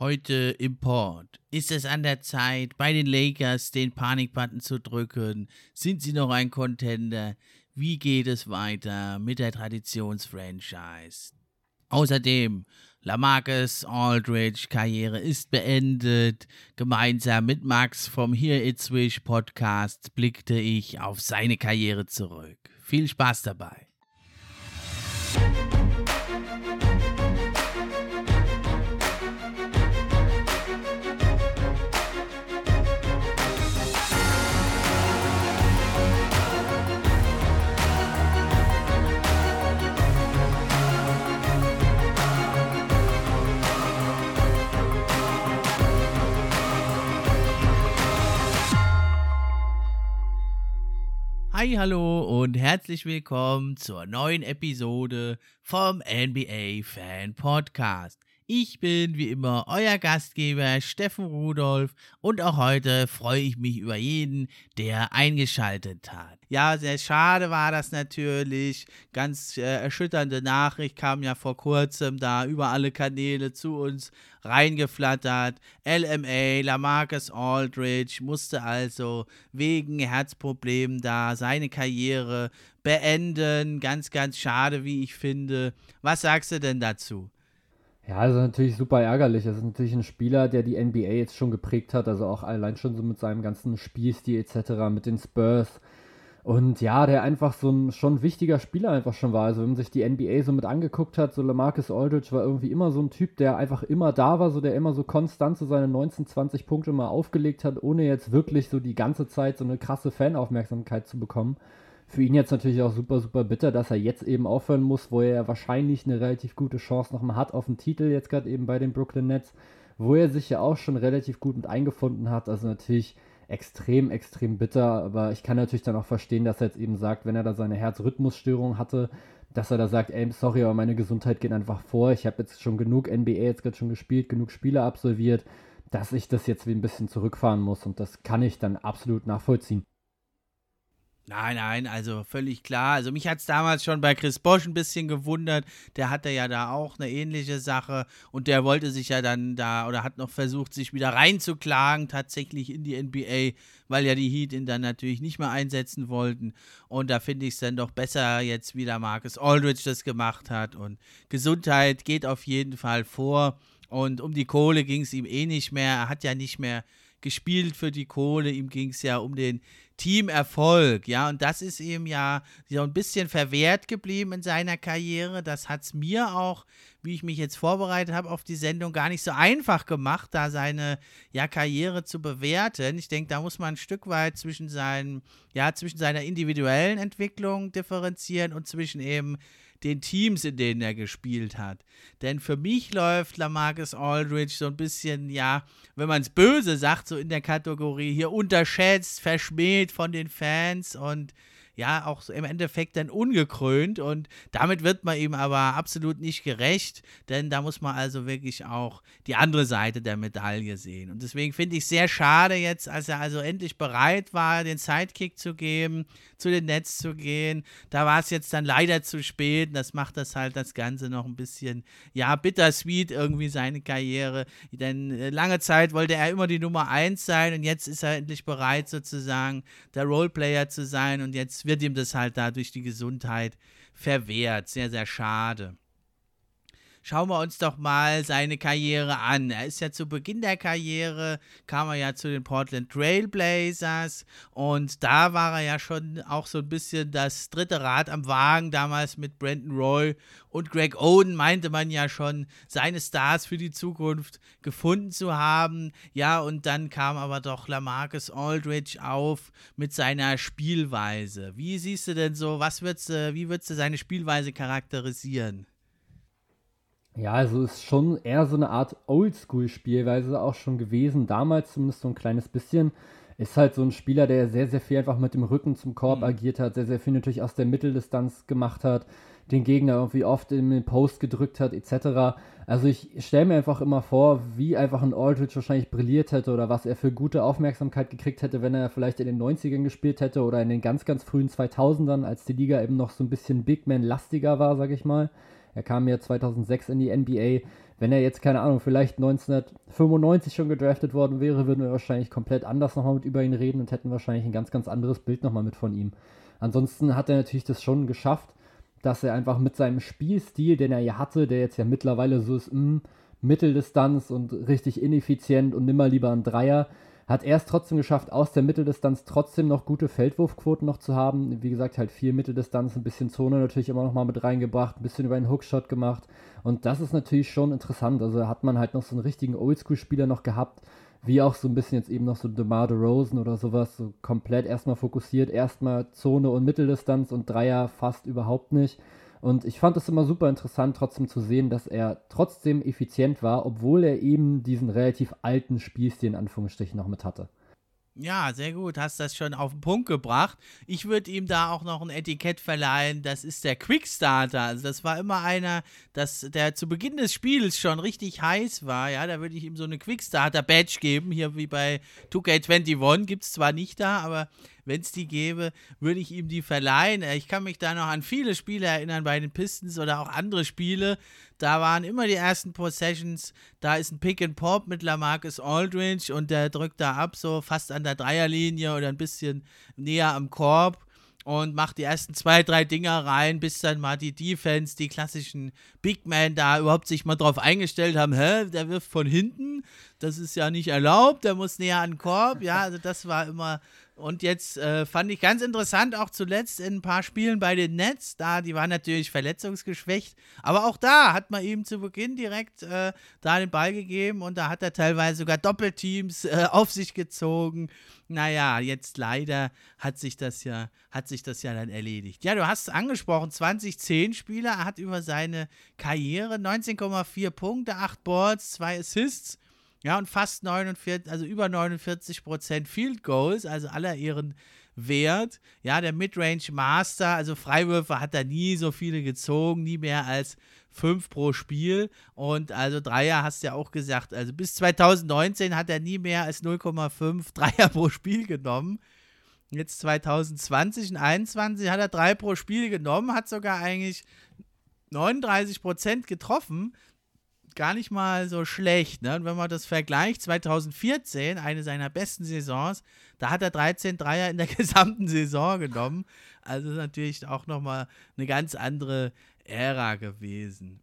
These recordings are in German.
Heute im Pod. Ist es an der Zeit, bei den Lakers den Panikbutton zu drücken? Sind sie noch ein Contender? Wie geht es weiter mit der Traditionsfranchise? Außerdem, LaMarcus Aldridge Karriere ist beendet. Gemeinsam mit Max vom Hear It Swish Podcast blickte ich auf seine Karriere zurück. Viel Spaß dabei. Hi, hallo und herzlich willkommen zur neuen Episode vom NBA Fan Podcast. Ich bin wie immer euer Gastgeber Steffen Rudolph und auch heute freue ich mich über jeden, der eingeschaltet hat. Ja, sehr schade war das natürlich. Ganz erschütternde Nachricht kam ja vor kurzem da über alle Kanäle zu uns reingeflattert. LMA, LaMarcus Aldridge musste also wegen Herzproblemen da seine Karriere beenden. Ganz, ganz schade, wie ich finde. Was sagst du denn dazu? Ja, also natürlich super ärgerlich. Es ist natürlich ein Spieler, der die NBA jetzt schon geprägt hat, also auch allein schon so mit seinem ganzen Spielstil etc., mit den Spurs. Und ja, der einfach so ein schon wichtiger Spieler einfach schon war. Also wenn man sich die NBA so mit angeguckt hat, so LaMarcus Aldridge war irgendwie immer so ein Typ, der einfach immer da war, so der immer so konstant so seine 19, 20 Punkte mal aufgelegt hat, ohne jetzt wirklich so die ganze Zeit so eine krasse Fanaufmerksamkeit zu bekommen. Für ihn jetzt natürlich auch super, super bitter, dass er jetzt eben aufhören muss, wo er wahrscheinlich eine relativ gute Chance nochmal hat auf den Titel, jetzt gerade eben bei den Brooklyn Nets, wo er sich ja auch schon relativ gut mit eingefunden hat. Also natürlich extrem, extrem bitter, aber ich kann natürlich dann auch verstehen, dass er jetzt eben sagt, wenn er da seine Herzrhythmusstörung hatte, dass er da sagt, ey, sorry, aber meine Gesundheit geht einfach vor, ich habe jetzt schon genug NBA jetzt gerade schon gespielt, genug Spiele absolviert, dass ich das jetzt wie ein bisschen zurückfahren muss und das kann ich dann absolut nachvollziehen. Nein, also völlig klar. Also mich hat es damals schon bei Chris Bosh ein bisschen gewundert. Der hatte ja da auch eine ähnliche Sache und der wollte sich ja dann da oder hat noch versucht, sich wieder reinzuklagen, tatsächlich in die NBA, weil ja die Heat ihn dann natürlich nicht mehr einsetzen wollten. Und da finde ich es dann doch besser jetzt, wie der Marcus Aldridge das gemacht hat. Und Gesundheit geht auf jeden Fall vor. Und um die Kohle ging es ihm eh nicht mehr. Er hat ja nicht mehr gespielt für die Kohle. Ihm ging es ja um den Teamerfolg, ja, und das ist ihm ja so ein bisschen verwehrt geblieben in seiner Karriere. Das hat es mir auch, wie ich mich jetzt vorbereitet habe auf die Sendung, gar nicht so einfach gemacht, da seine Karriere zu bewerten. Ich denke, da muss man ein Stück weit zwischen seiner individuellen Entwicklung differenzieren und zwischen eben den Teams, in denen er gespielt hat. Denn für mich läuft LaMarcus Aldridge so ein bisschen, ja, wenn man es böse sagt, so in der Kategorie hier unterschätzt, verschmäht von den Fans und ja, auch im Endeffekt dann ungekrönt und damit wird man ihm aber absolut nicht gerecht, denn da muss man also wirklich auch die andere Seite der Medaille sehen. Und deswegen finde ich es sehr schade jetzt, als er also endlich bereit war, den Sidekick zu geben, zu den Nets zu gehen. Da war es jetzt dann leider zu spät und das macht das Ganze noch ein bisschen, ja, bittersweet irgendwie seine Karriere, denn lange Zeit wollte er immer die Nummer 1 sein und jetzt ist er endlich bereit sozusagen der Roleplayer zu sein und jetzt wird ihm das halt da durch die Gesundheit verwehrt. Sehr, sehr schade. Schauen wir uns doch mal seine Karriere an. Er ist ja zu Beginn der Karriere, kam er ja zu den Portland Trail Blazers und da war er ja schon auch so ein bisschen das dritte Rad am Wagen, damals mit Brandon Roy und Greg Oden meinte man ja schon, seine Stars für die Zukunft gefunden zu haben. Ja, und dann kam aber doch LaMarcus Aldridge auf mit seiner Spielweise. Wie siehst du denn so, wie würdest du seine Spielweise charakterisieren? Ja, also ist schon eher so eine Art Oldschool-Spielweise auch schon gewesen, damals zumindest so ein kleines bisschen. Ist halt so ein Spieler, der sehr, sehr viel einfach mit dem Rücken zum Korb agiert hat, sehr, sehr viel natürlich aus der Mitteldistanz gemacht hat, den Gegner irgendwie oft in den Post gedrückt hat, etc. Also ich stelle mir einfach immer vor, wie einfach ein Aldridge wahrscheinlich brilliert hätte oder was er für gute Aufmerksamkeit gekriegt hätte, wenn er vielleicht in den 90ern gespielt hätte oder in den ganz, ganz frühen 2000ern, als die Liga eben noch so ein bisschen Big Man-lastiger war, sag ich mal. Er kam ja 2006 in die NBA. Wenn er jetzt, keine Ahnung, vielleicht 1995 schon gedraftet worden wäre, würden wir wahrscheinlich komplett anders nochmal mit über ihn reden und hätten wahrscheinlich ein ganz, ganz anderes Bild nochmal mit von ihm. Ansonsten hat er natürlich das schon geschafft, dass er einfach mit seinem Spielstil, den er ja hatte, der jetzt ja mittlerweile so ist, Mitteldistanz und richtig ineffizient und nimmer lieber ein Dreier, hat er es trotzdem geschafft, aus der Mitteldistanz trotzdem noch gute Feldwurfquoten noch zu haben. Wie gesagt, halt viel Mitteldistanz, ein bisschen Zone natürlich immer noch mal mit reingebracht, ein bisschen über einen Hookshot gemacht. Und das ist natürlich schon interessant. Also hat man halt noch so einen richtigen Oldschool-Spieler noch gehabt, wie auch so ein bisschen jetzt eben noch so DeMar DeRozan oder sowas, so komplett erstmal fokussiert, erstmal Zone und Mitteldistanz und Dreier fast überhaupt nicht. Und ich fand es immer super interessant, trotzdem zu sehen, dass er trotzdem effizient war, obwohl er eben diesen relativ alten Spielstil in Anführungsstrichen noch mit hatte. Ja, sehr gut, hast das schon auf den Punkt gebracht. Ich würde ihm da auch noch ein Etikett verleihen, das ist der Quickstarter. Also das war immer einer, der zu Beginn des Spiels schon richtig heiß war. Ja, da würde ich ihm so eine Quickstarter-Badge geben, hier wie bei 2K21, gibt es zwar nicht da, aber wenn es die gäbe, würde ich ihm die verleihen. Ich kann mich da noch an viele Spiele erinnern bei den Pistons oder auch andere Spiele. Da waren immer die ersten Possessions, da ist ein Pick and Pop mit LaMarcus Aldridge und der drückt da ab, so fast an der Dreierlinie oder ein bisschen näher am Korb und macht die ersten 2, 3 Dinger rein, bis dann mal die Defense, die klassischen Big Men da überhaupt sich mal drauf eingestellt haben, der wirft von hinten, das ist ja nicht erlaubt, der muss näher an den Korb, ja, also das war immer. Und jetzt fand ich ganz interessant, auch zuletzt in ein paar Spielen bei den Nets, die waren natürlich verletzungsgeschwächt, aber auch da hat man ihm zu Beginn direkt da den Ball gegeben und da hat er teilweise sogar Doppelteams auf sich gezogen. Naja, jetzt leider hat sich das ja dann erledigt. Ja, du hast es angesprochen, 2010 Spieler, er hat über seine Karriere 19,4 Punkte, 8 Boards, 2 Assists. Ja, und fast 49, also über 49% Field Goals, also aller Ehren wert. Ja, der Midrange Master, also Freiwürfe hat er nie so viele gezogen, nie mehr als 5 pro Spiel. Und also Dreier hast du ja auch gesagt, also bis 2019 hat er nie mehr als 0,5 Dreier pro Spiel genommen. Jetzt 2020 und 2021 hat er 3 pro Spiel genommen, hat sogar eigentlich 39% getroffen. Gar nicht mal so schlecht, ne? Und wenn man das vergleicht, 2014, eine seiner besten Saisons, da hat er 13 Dreier in der gesamten Saison genommen. Also natürlich auch nochmal eine ganz andere Ära gewesen.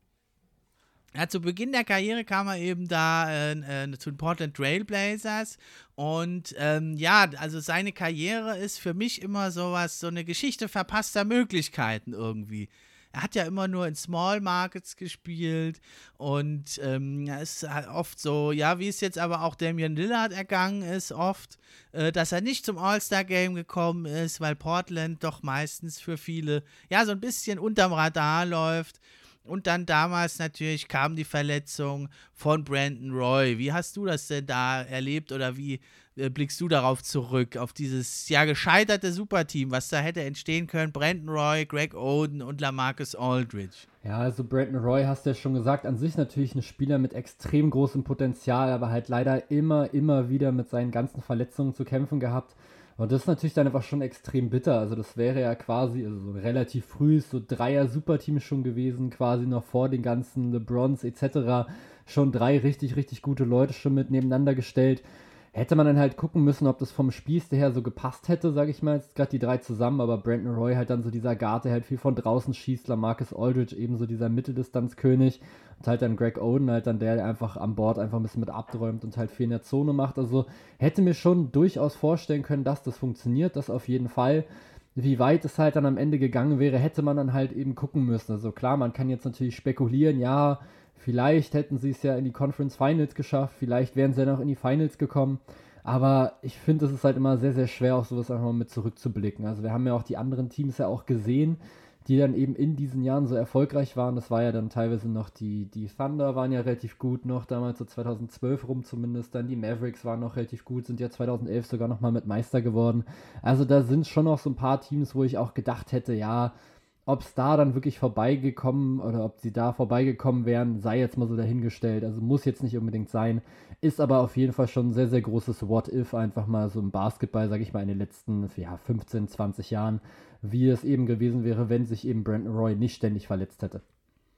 Ja, zu Beginn der Karriere kam er eben da zu den Portland Trail Blazers und ja, also seine Karriere ist für mich immer sowas, so eine Geschichte verpasster Möglichkeiten irgendwie. Er hat ja immer nur in Small Markets gespielt und es ist halt oft so, ja, wie es jetzt aber auch Damian Lillard ergangen ist, oft, dass er nicht zum All-Star-Game gekommen ist, weil Portland doch meistens für viele, ja, so ein bisschen unterm Radar läuft. Und dann damals natürlich kam die Verletzung von Brandon Roy. Wie hast du das denn da erlebt oder wie blickst du darauf zurück, auf dieses ja gescheiterte Superteam, was da hätte entstehen können? Brandon Roy, Greg Oden und LaMarcus Aldridge. Ja, also Brandon Roy, hast du ja schon gesagt, an sich natürlich ein Spieler mit extrem großem Potenzial, aber halt leider immer wieder mit seinen ganzen Verletzungen zu kämpfen gehabt. Und das ist natürlich dann einfach schon extrem bitter. Also das wäre ja quasi also so relativ früh so Dreier-Superteam schon gewesen, quasi noch vor den ganzen LeBrons etc. Schon 3 richtig gute Leute schon mit nebeneinander gestellt. Hätte man dann halt gucken müssen, ob das vom Spielstil her so gepasst hätte, sage ich mal, jetzt gerade die 3 zusammen, aber Brandon Roy halt dann so dieser Guard, der halt viel von draußen schießt, LaMarcus Aldridge ebenso dieser Mitteldistanzkönig und halt dann Greg Oden halt dann der einfach am Board einfach ein bisschen mit abträumt und halt viel in der Zone macht, also hätte mir schon durchaus vorstellen können, dass das funktioniert, das auf jeden Fall. Wie weit es halt dann am Ende gegangen wäre, hätte man dann halt eben gucken müssen. Also klar, man kann jetzt natürlich spekulieren, ja, vielleicht hätten sie es ja in die Conference Finals geschafft, vielleicht wären sie ja noch in die Finals gekommen. Aber ich finde, es ist halt immer sehr schwer, auf sowas einfach mal mit zurückzublicken. Also wir haben ja auch die anderen Teams ja auch gesehen, die dann eben in diesen Jahren so erfolgreich waren. Das war ja dann teilweise noch die Thunder waren ja relativ gut noch, damals so 2012 rum zumindest. Dann die Mavericks waren noch relativ gut, sind ja 2011 sogar nochmal mit Meister geworden. Also da sind schon noch so ein paar Teams, wo ich auch gedacht hätte, ja, ob es da dann wirklich vorbeigekommen oder ob sie da vorbeigekommen wären, sei jetzt mal so dahingestellt. Also muss jetzt nicht unbedingt sein. Ist aber auf jeden Fall schon ein sehr großes What-If einfach mal so im Basketball, sage ich mal, in den letzten 15, 20 Jahren, wie es eben gewesen wäre, wenn sich eben Brandon Roy nicht ständig verletzt hätte.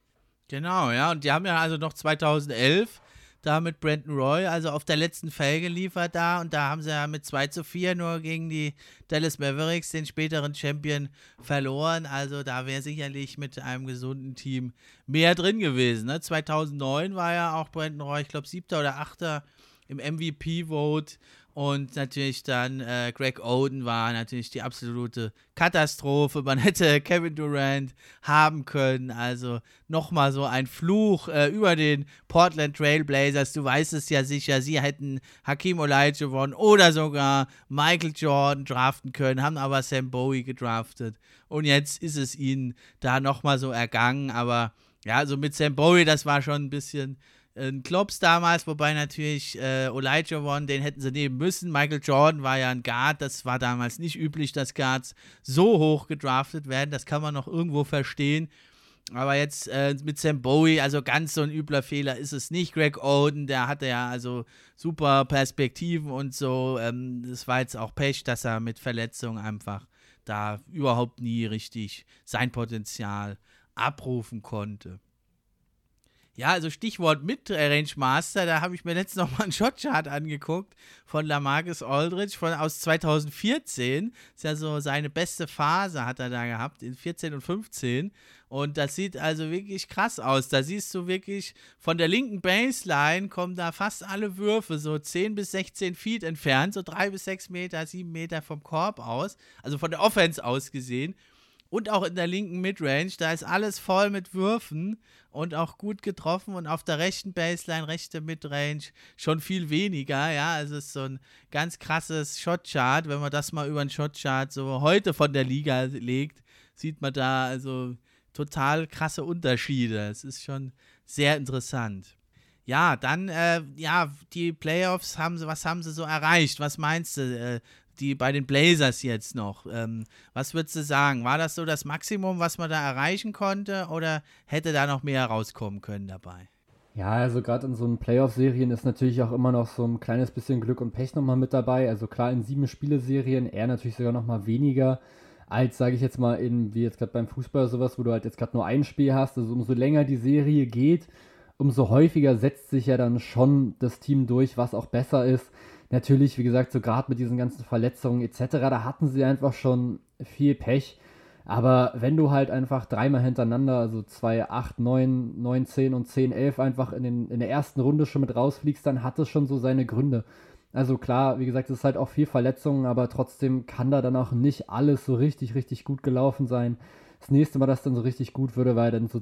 Genau, ja, und die haben ja also noch 2011 da mit Brandon Roy, also auf der letzten Felge geliefert da, und da haben sie ja mit 2:4 nur gegen die Dallas Mavericks, den späteren Champion, verloren. Also da wäre sicherlich mit einem gesunden Team mehr drin gewesen. Ne? 2009 war ja auch Brandon Roy, ich glaube, 7. oder 8. im MVP-Vote. Und natürlich dann Greg Oden war natürlich die absolute Katastrophe. Man hätte Kevin Durant haben können. Also nochmal so ein Fluch über den Portland Trail Blazers. Du weißt es ja sicher, sie hätten Hakeem Olajuwon oder sogar Michael Jordan draften können, haben aber Sam Bowie gedraftet. Und jetzt ist es ihnen da nochmal so ergangen. Aber ja, also mit Sam Bowie, das war schon ein bisschen ein Klops damals, wobei natürlich Olajuwon, den hätten sie nehmen müssen. Michael Jordan war ja ein Guard, das war damals nicht üblich, dass Guards so hoch gedraftet werden, das kann man noch irgendwo verstehen. Aber jetzt mit Sam Bowie, also ganz so ein übler Fehler ist es nicht. Greg Oden, der hatte ja also super Perspektiven und so. Es war jetzt auch Pech, dass er mit Verletzungen einfach da überhaupt nie richtig sein Potenzial abrufen konnte. Ja, also Stichwort Mid-Range Master, da habe ich mir letztens noch mal einen Shotchart angeguckt von LaMarcus Aldridge aus 2014. Ist ja so seine beste Phase hat er da gehabt, in 14 und 15. Und das sieht also wirklich krass aus. Da siehst du wirklich, von der linken Baseline kommen da fast alle Würfe so 10 bis 16 Feet entfernt, so 3 bis 6 Meter, 7 Meter vom Korb aus. Also von der Offense aus gesehen. Und auch in der linken Midrange, da ist alles voll mit Würfen und auch gut getroffen. Und auf der rechten Baseline, rechte Midrange, schon viel weniger. Ja, also es ist so ein ganz krasses Shotchart. Wenn man das mal über einen Shotchart so heute von der Liga legt, sieht man da also total krasse Unterschiede. Es ist schon sehr interessant. Ja, dann, die Playoffs was haben sie so erreicht? Was meinst du? Die bei den Blazers jetzt noch. Was würdest du sagen? War das so das Maximum, was man da erreichen konnte, oder hätte da noch mehr rauskommen können dabei? Ja, also gerade in so einen Playoff-Serien ist natürlich auch immer noch so ein kleines bisschen Glück und Pech nochmal mit dabei. Also klar, in 7-Spiele-Serien eher natürlich sogar nochmal weniger als, sage ich jetzt mal, wie jetzt gerade beim Fußball oder sowas, wo du halt jetzt gerade nur ein Spiel hast. Also umso länger die Serie geht, umso häufiger setzt sich ja dann schon das Team durch, was auch besser ist. Natürlich, wie gesagt, so gerade mit diesen ganzen Verletzungen etc., da hatten sie einfach schon viel Pech. Aber wenn du halt einfach dreimal hintereinander, also 2, 8, 9, 9, 10 und 10, 11 einfach in der ersten Runde schon mit rausfliegst, dann hat es schon so seine Gründe. Also klar, wie gesagt, es ist halt auch viel Verletzungen, aber trotzdem kann da dann auch nicht alles so richtig, richtig gut gelaufen sein. Das nächste Mal, das dann so richtig gut würde, war dann so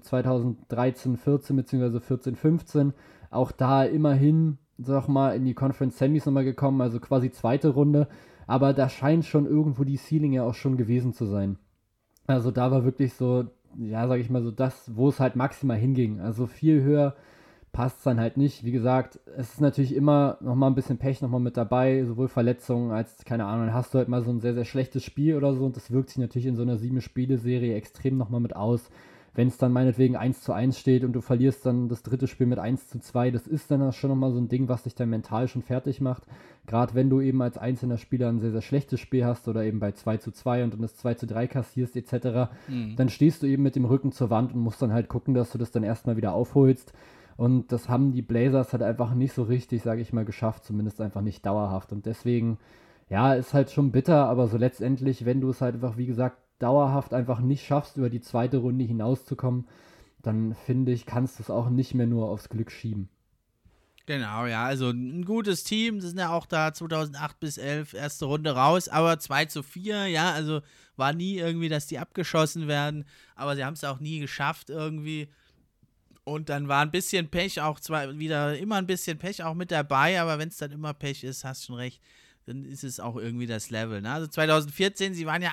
2013, 14 bzw. 14, 15. Auch da immerhin, sag mal, in die Conference Semis nochmal gekommen, also quasi zweite Runde. Aber da scheint schon irgendwo die Ceiling ja auch schon gewesen zu sein. Also da war wirklich so, ja, sag ich mal so das, wo es halt maximal hinging. Also viel höher passt es dann halt nicht. Wie gesagt, es ist natürlich immer nochmal ein bisschen Pech nochmal mit dabei, sowohl Verletzungen als, keine Ahnung, dann hast du halt mal so ein sehr, sehr schlechtes Spiel oder so und das wirkt sich natürlich in so einer 7-Spiele-Serie extrem nochmal mit aus. Wenn es dann meinetwegen 1:1 steht und du verlierst dann das dritte Spiel mit 1:2, das ist dann schon nochmal so ein Ding, was dich dann mental schon fertig macht. Gerade wenn du eben als einzelner Spieler ein sehr, sehr schlechtes Spiel hast oder eben bei 2:2 und dann das 2:3 kassierst etc., dann stehst du eben mit dem Rücken zur Wand und musst dann halt gucken, dass du das dann erstmal wieder aufholst. Und das haben die Blazers halt einfach nicht so richtig, sage ich mal, geschafft, zumindest einfach nicht dauerhaft. Und deswegen, ja, ist halt schon bitter, aber so letztendlich, wenn du es halt einfach, wie gesagt, dauerhaft einfach nicht schaffst, über die zweite Runde hinauszukommen, dann finde ich, kannst du es auch nicht mehr nur aufs Glück schieben. Genau, ja, also ein gutes Team, sie sind ja auch da 2008 bis 11 erste Runde raus, aber 2:4, ja, also war nie irgendwie, dass die abgeschossen werden, aber sie haben es auch nie geschafft irgendwie. Und dann war ein bisschen Pech auch zwar wieder immer ein bisschen Pech auch mit dabei, aber wenn es dann immer Pech ist, hast schon recht, dann ist es auch irgendwie das Level. Ne? Also 2014, sie waren ja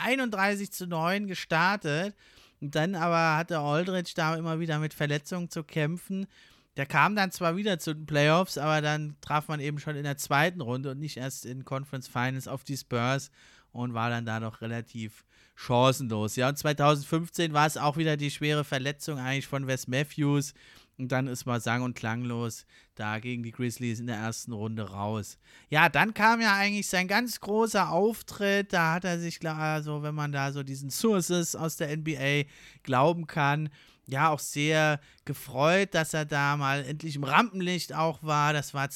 31:9 gestartet und dann aber hatte Aldridge da immer wieder mit Verletzungen zu kämpfen. Der kam dann zwar wieder zu den Playoffs, aber dann traf man eben schon in der zweiten Runde und nicht erst in Conference Finals auf die Spurs und war dann da noch relativ chancenlos. Ja, und 2015 war es auch wieder die schwere Verletzung eigentlich von Wes Matthews. Und dann ist mal sang- und klanglos da gegen die Grizzlies in der ersten Runde raus. Ja, dann kam ja eigentlich sein ganz großer Auftritt. Da hat er sich, also wenn man da so diesen Sources aus der NBA glauben kann, ja auch sehr gefreut, dass er da mal endlich im Rampenlicht auch war. Das war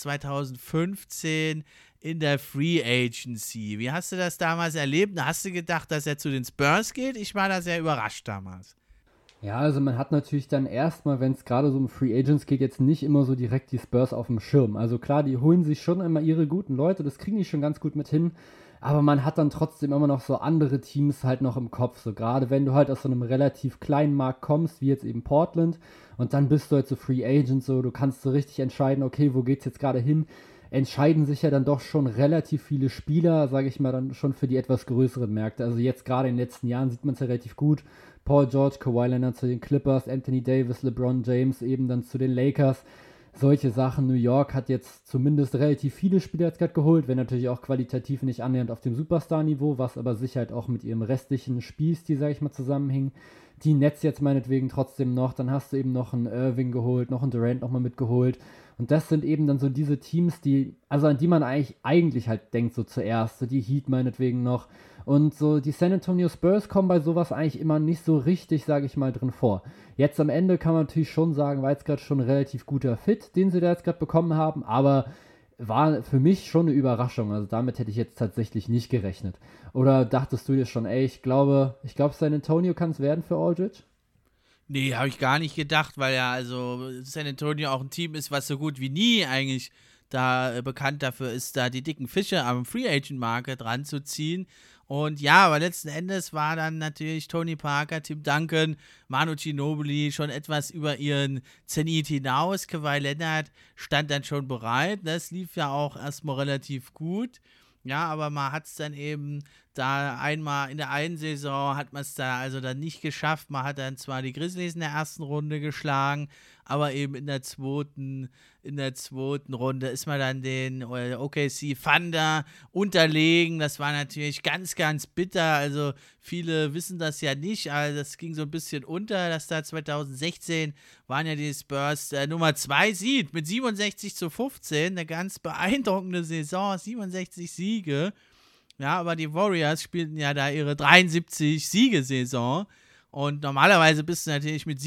2015 in der Free Agency. Wie hast du das damals erlebt? Hast du gedacht, dass er zu den Spurs geht? Ich war da sehr überrascht damals. Ja, also man hat natürlich dann erstmal, wenn es gerade so um Free Agents geht, jetzt nicht immer so direkt die Spurs auf dem Schirm. Also klar, die holen sich schon immer ihre guten Leute, das kriegen die schon ganz gut mit hin. Aber man hat dann trotzdem immer noch so andere Teams halt noch im Kopf. So gerade wenn du halt aus so einem relativ kleinen Markt kommst, wie jetzt eben Portland, und dann bist du halt so Free Agent, so du kannst so richtig entscheiden, okay, wo geht's jetzt gerade hin? Entscheiden sich ja dann doch schon relativ viele Spieler, sage ich mal, dann schon für die etwas größeren Märkte. Also jetzt gerade in den letzten Jahren sieht man es ja relativ gut. Paul George, Kawhi Leonard zu den Clippers, Anthony Davis, LeBron James eben dann zu den Lakers. Solche Sachen. New York hat jetzt zumindest relativ viele Spieler jetzt gerade geholt, wenn natürlich auch qualitativ nicht annähernd auf dem Superstar-Niveau, was aber sicher halt auch mit ihrem restlichen Spielstil, sage ich mal, zusammenhing. Die Nets jetzt meinetwegen trotzdem noch, dann hast du eben noch einen Irving geholt, noch einen Durant nochmal mitgeholt. Und das sind eben dann so diese Teams, die, also an die man eigentlich halt denkt, so zuerst. So die Heat meinetwegen noch. Und so die San Antonio Spurs kommen bei sowas eigentlich immer nicht so richtig, sage ich mal, drin vor. Jetzt am Ende kann man natürlich schon sagen, war jetzt gerade schon ein relativ guter Fit, den sie da jetzt gerade bekommen haben, aber war für mich schon eine Überraschung. Also damit hätte ich jetzt tatsächlich nicht gerechnet. Oder dachtest du dir schon, ey, ich glaube, San Antonio kann es werden für Aldridge? Nee, habe ich gar nicht gedacht, weil ja also San Antonio auch ein Team ist, was so gut wie nie eigentlich da bekannt dafür ist, da die dicken Fische am Free Agent Market ranzuziehen. Und ja, aber letzten Endes war dann natürlich Tony Parker, Tim Duncan, Manu Ginobili schon etwas über ihren Zenit hinaus. Kawhi Leonard stand dann schon bereit. Das lief ja auch erstmal relativ gut. Ja, aber man hat es dann eben da einmal in der einen Saison hat man es da also dann nicht geschafft. Man hat dann zwar die Grizzlies in der ersten Runde geschlagen, aber eben in der zweiten Runde ist man dann den OKC Thunder unterlegen. Das war natürlich ganz, ganz bitter. Also viele wissen das ja nicht. Also das ging so ein bisschen unter, dass da 2016 waren ja die Spurs Nummer 2 Seed mit 67-15. Eine ganz beeindruckende Saison, 67 Siege. Ja, aber die Warriors spielten ja da ihre 73-Siege-Saison. Und normalerweise bist du natürlich mit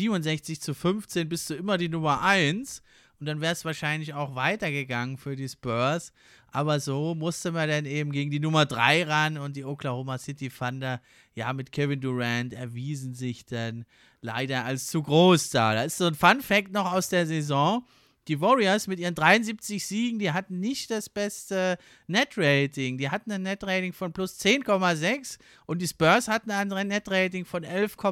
67-15 bist du immer die Nummer 1. Und dann wäre es wahrscheinlich auch weitergegangen für die Spurs. Aber so musste man dann eben gegen die Nummer 3 ran. Und die Oklahoma City Thunder, ja, mit Kevin Durant erwiesen sich dann leider als zu groß da. Da ist so ein Fun-Fact noch aus der Saison. Die Warriors mit ihren 73 Siegen, die hatten nicht das beste Net-Rating. Die hatten ein Net-Rating von plus 10,6 und die Spurs hatten ein Net-Rating von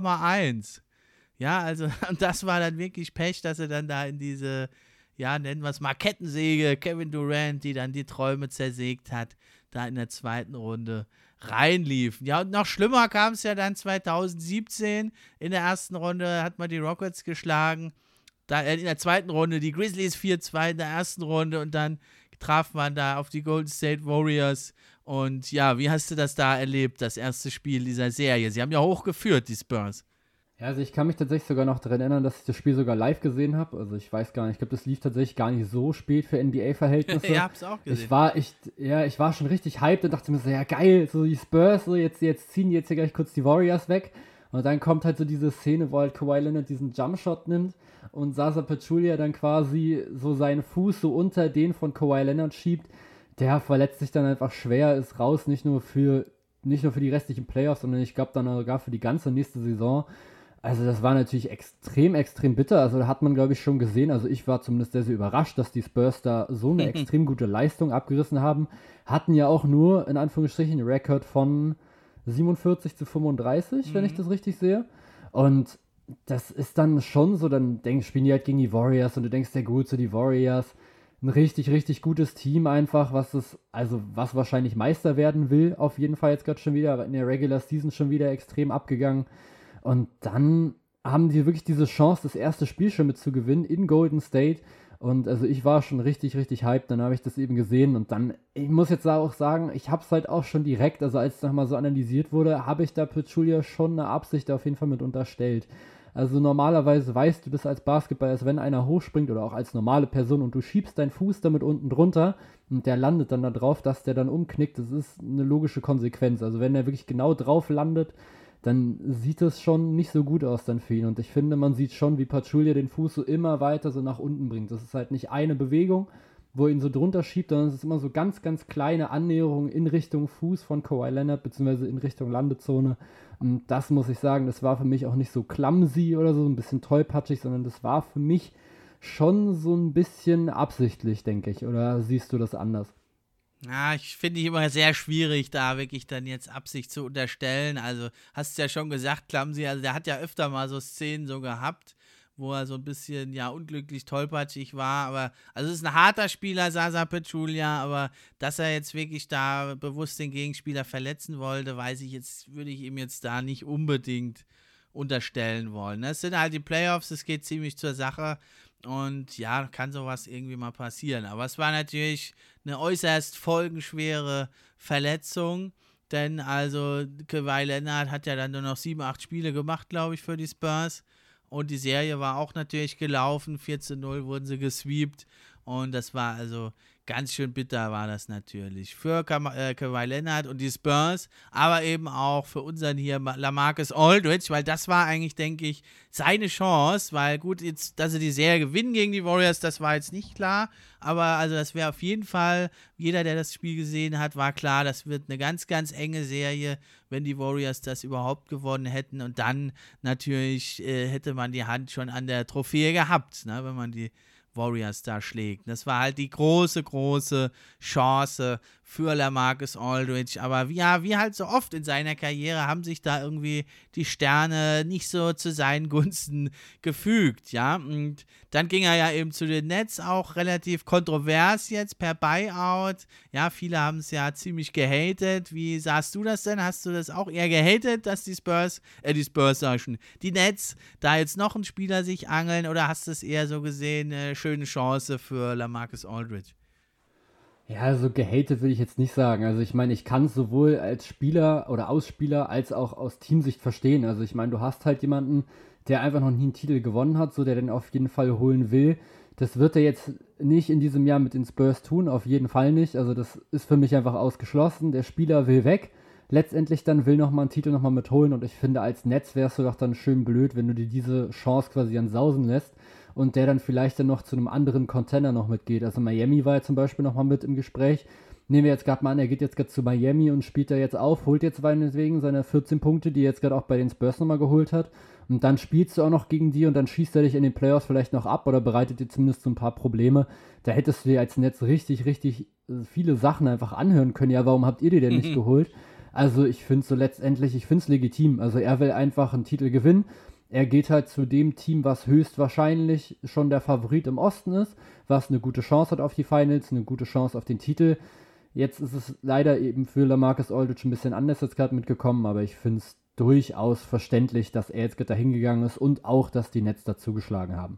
11,1. Ja, also, und das war dann wirklich Pech, dass sie dann da in diese, ja, nennen wir es mal Kettensäge, Kevin Durant, die dann die Träume zersägt hat, da in der zweiten Runde reinliefen. Ja, und noch schlimmer kam es ja dann 2017. In der ersten Runde hat man die Rockets geschlagen. Da in der zweiten Runde die Grizzlies 4-2 in der ersten Runde und dann traf man da auf die Golden State Warriors. Und ja, wie hast du das da erlebt, das erste Spiel dieser Serie? Sie haben ja hochgeführt, die Spurs. Ja, also ich kann mich tatsächlich sogar noch daran erinnern, dass ich das Spiel sogar live gesehen habe. Also ich weiß gar nicht, ich glaube, das lief tatsächlich gar nicht so spät für NBA-Verhältnisse. Ich hab's auch gesehen. Ich war schon richtig hyped und dachte mir so, ja geil, so die Spurs, so jetzt ziehen die jetzt hier gleich kurz die Warriors weg. Und dann kommt halt so diese Szene, wo halt Kawhi Leonard diesen Jumpshot nimmt und Zaza Pachulia dann quasi so seinen Fuß so unter den von Kawhi Leonard schiebt. Der verletzt sich dann einfach schwer, ist raus, nicht nur für die restlichen Playoffs, sondern ich glaube dann sogar für die ganze nächste Saison. Also das war natürlich extrem, extrem bitter. Also da hat man, glaube ich, schon gesehen, also ich war zumindest sehr, sehr überrascht, dass die Spurs da so eine extrem gute Leistung abgerissen haben. Hatten ja auch nur, in Anführungsstrichen, einen Rekord von 47-35, wenn ich das richtig sehe. Und das ist dann schon so, dann spielen die halt gegen die Warriors und du denkst, ja gut, so die Warriors, ein richtig, richtig gutes Team einfach, was wahrscheinlich Meister werden will, auf jeden Fall jetzt gerade schon wieder, aber in der Regular Season schon wieder extrem abgegangen. Und dann haben die wirklich diese Chance, das erste Spiel schon mit zu gewinnen in Golden State. Und also ich war schon richtig, richtig hyped, dann habe ich das eben gesehen und dann, ich muss jetzt auch sagen, ich habe es halt auch schon direkt, also als es nochmal so analysiert wurde, habe ich da Pachulia schon eine Absicht auf jeden Fall mit unterstellt. Also normalerweise weißt du das als Basketballer, als wenn einer hochspringt oder auch als normale Person und du schiebst deinen Fuß damit unten drunter und der landet dann da drauf, dass der dann umknickt, das ist eine logische Konsequenz. Also wenn der wirklich genau drauf landet, dann sieht es schon nicht so gut aus dann für ihn. Und ich finde, man sieht schon, wie Pachulia den Fuß so immer weiter so nach unten bringt. Das ist halt nicht eine Bewegung, wo er ihn so drunter schiebt, sondern es ist immer so ganz, ganz kleine Annäherungen in Richtung Fuß von Kawhi Leonard, beziehungsweise in Richtung Landezone. Und das muss ich sagen, das war für mich auch nicht so clumsy oder so, ein bisschen tollpatschig, sondern das war für mich schon so ein bisschen absichtlich, denke ich. Oder siehst du das anders? Ja, ich finde ich immer sehr schwierig, da wirklich dann jetzt Absicht zu unterstellen. Also, hast du ja schon gesagt, Clumsy, also der hat ja öfter mal so Szenen so gehabt, wo er so ein bisschen, ja, unglücklich tollpatschig war. Aber, also es ist ein harter Spieler, Zaza Pachulia, aber dass er jetzt wirklich da bewusst den Gegenspieler verletzen wollte, weiß ich jetzt, würde ich ihm jetzt da nicht unbedingt unterstellen wollen. Ne? Es sind halt die Playoffs, es geht ziemlich zur Sache. Und ja, kann sowas irgendwie mal passieren. Aber es war natürlich eine äußerst folgenschwere Verletzung. Denn also Kawhi Leonard hat ja dann nur noch 7, 8 Spiele gemacht, glaube ich, für die Spurs. Und die Serie war auch natürlich gelaufen. 4:0 wurden sie gesweept. Und das war also ganz schön bitter war das natürlich für Kawhi Leonard und die Spurs, aber eben auch für unseren hier LaMarcus Aldridge, weil das war eigentlich, denke ich, seine Chance, weil gut, jetzt, dass sie die Serie gewinnen gegen die Warriors, das war jetzt nicht klar, aber also das wäre auf jeden Fall, jeder, der das Spiel gesehen hat, war klar, das wird eine ganz, ganz enge Serie, wenn die Warriors das überhaupt gewonnen hätten und dann natürlich hätte man die Hand schon an der Trophäe gehabt, ne, wenn man die Warriors da schlägt. Das war halt die große, große Chance für LaMarcus Aldridge. Aber wie halt so oft in seiner Karriere haben sich da irgendwie die Sterne nicht so zu seinen Gunsten gefügt, ja. Und dann ging er ja eben zu den Nets, auch relativ kontrovers jetzt per Buyout. Ja, viele haben es ja ziemlich gehatet. Wie sahst du das denn? Hast du das auch eher gehatet, dass die Nets da jetzt noch einen Spieler sich angeln oder hast du es eher so gesehen, eine schöne Chance für LaMarcus Aldridge? Ja, so gehatet würde ich jetzt nicht sagen. Also ich meine, ich kann es sowohl als Spieler oder Ausspieler als auch aus Teamsicht verstehen. Also ich meine, du hast halt jemanden, der einfach noch nie einen Titel gewonnen hat, so der den auf jeden Fall holen will. Das wird er jetzt nicht in diesem Jahr mit den Spurs tun, auf jeden Fall nicht. Also das ist für mich einfach ausgeschlossen. Der Spieler will weg. Letztendlich dann will nochmal einen Titel nochmal mitholen und ich finde, als Netz wärst du doch dann schön blöd, wenn du dir diese Chance quasi dann sausen lässt und der dann vielleicht dann noch zu einem anderen Contender noch mitgeht. Also Miami war ja zum Beispiel nochmal mit im Gespräch. Nehmen wir jetzt gerade mal an, er geht jetzt gerade zu Miami und spielt da jetzt auf, holt jetzt meinetwegen seine 14 Punkte, die er jetzt gerade auch bei den Spurs nochmal geholt hat. Und dann spielst du auch noch gegen die und dann schießt er dich in den Playoffs vielleicht noch ab oder bereitet dir zumindest so ein paar Probleme. Da hättest du dir als Netz richtig, richtig viele Sachen einfach anhören können. Ja, warum habt ihr die denn nicht geholt? Also ich finde so letztendlich, ich finde es legitim. Also er will einfach einen Titel gewinnen. Er geht halt zu dem Team, was höchstwahrscheinlich schon der Favorit im Osten ist, was eine gute Chance hat auf die Finals, eine gute Chance auf den Titel. Jetzt ist es leider eben für LaMarcus Aldridge ein bisschen anders jetzt gerade mitgekommen, aber ich finde es durchaus verständlich, dass er jetzt gerade dahin gegangen ist und auch, dass die Nets dazu geschlagen haben.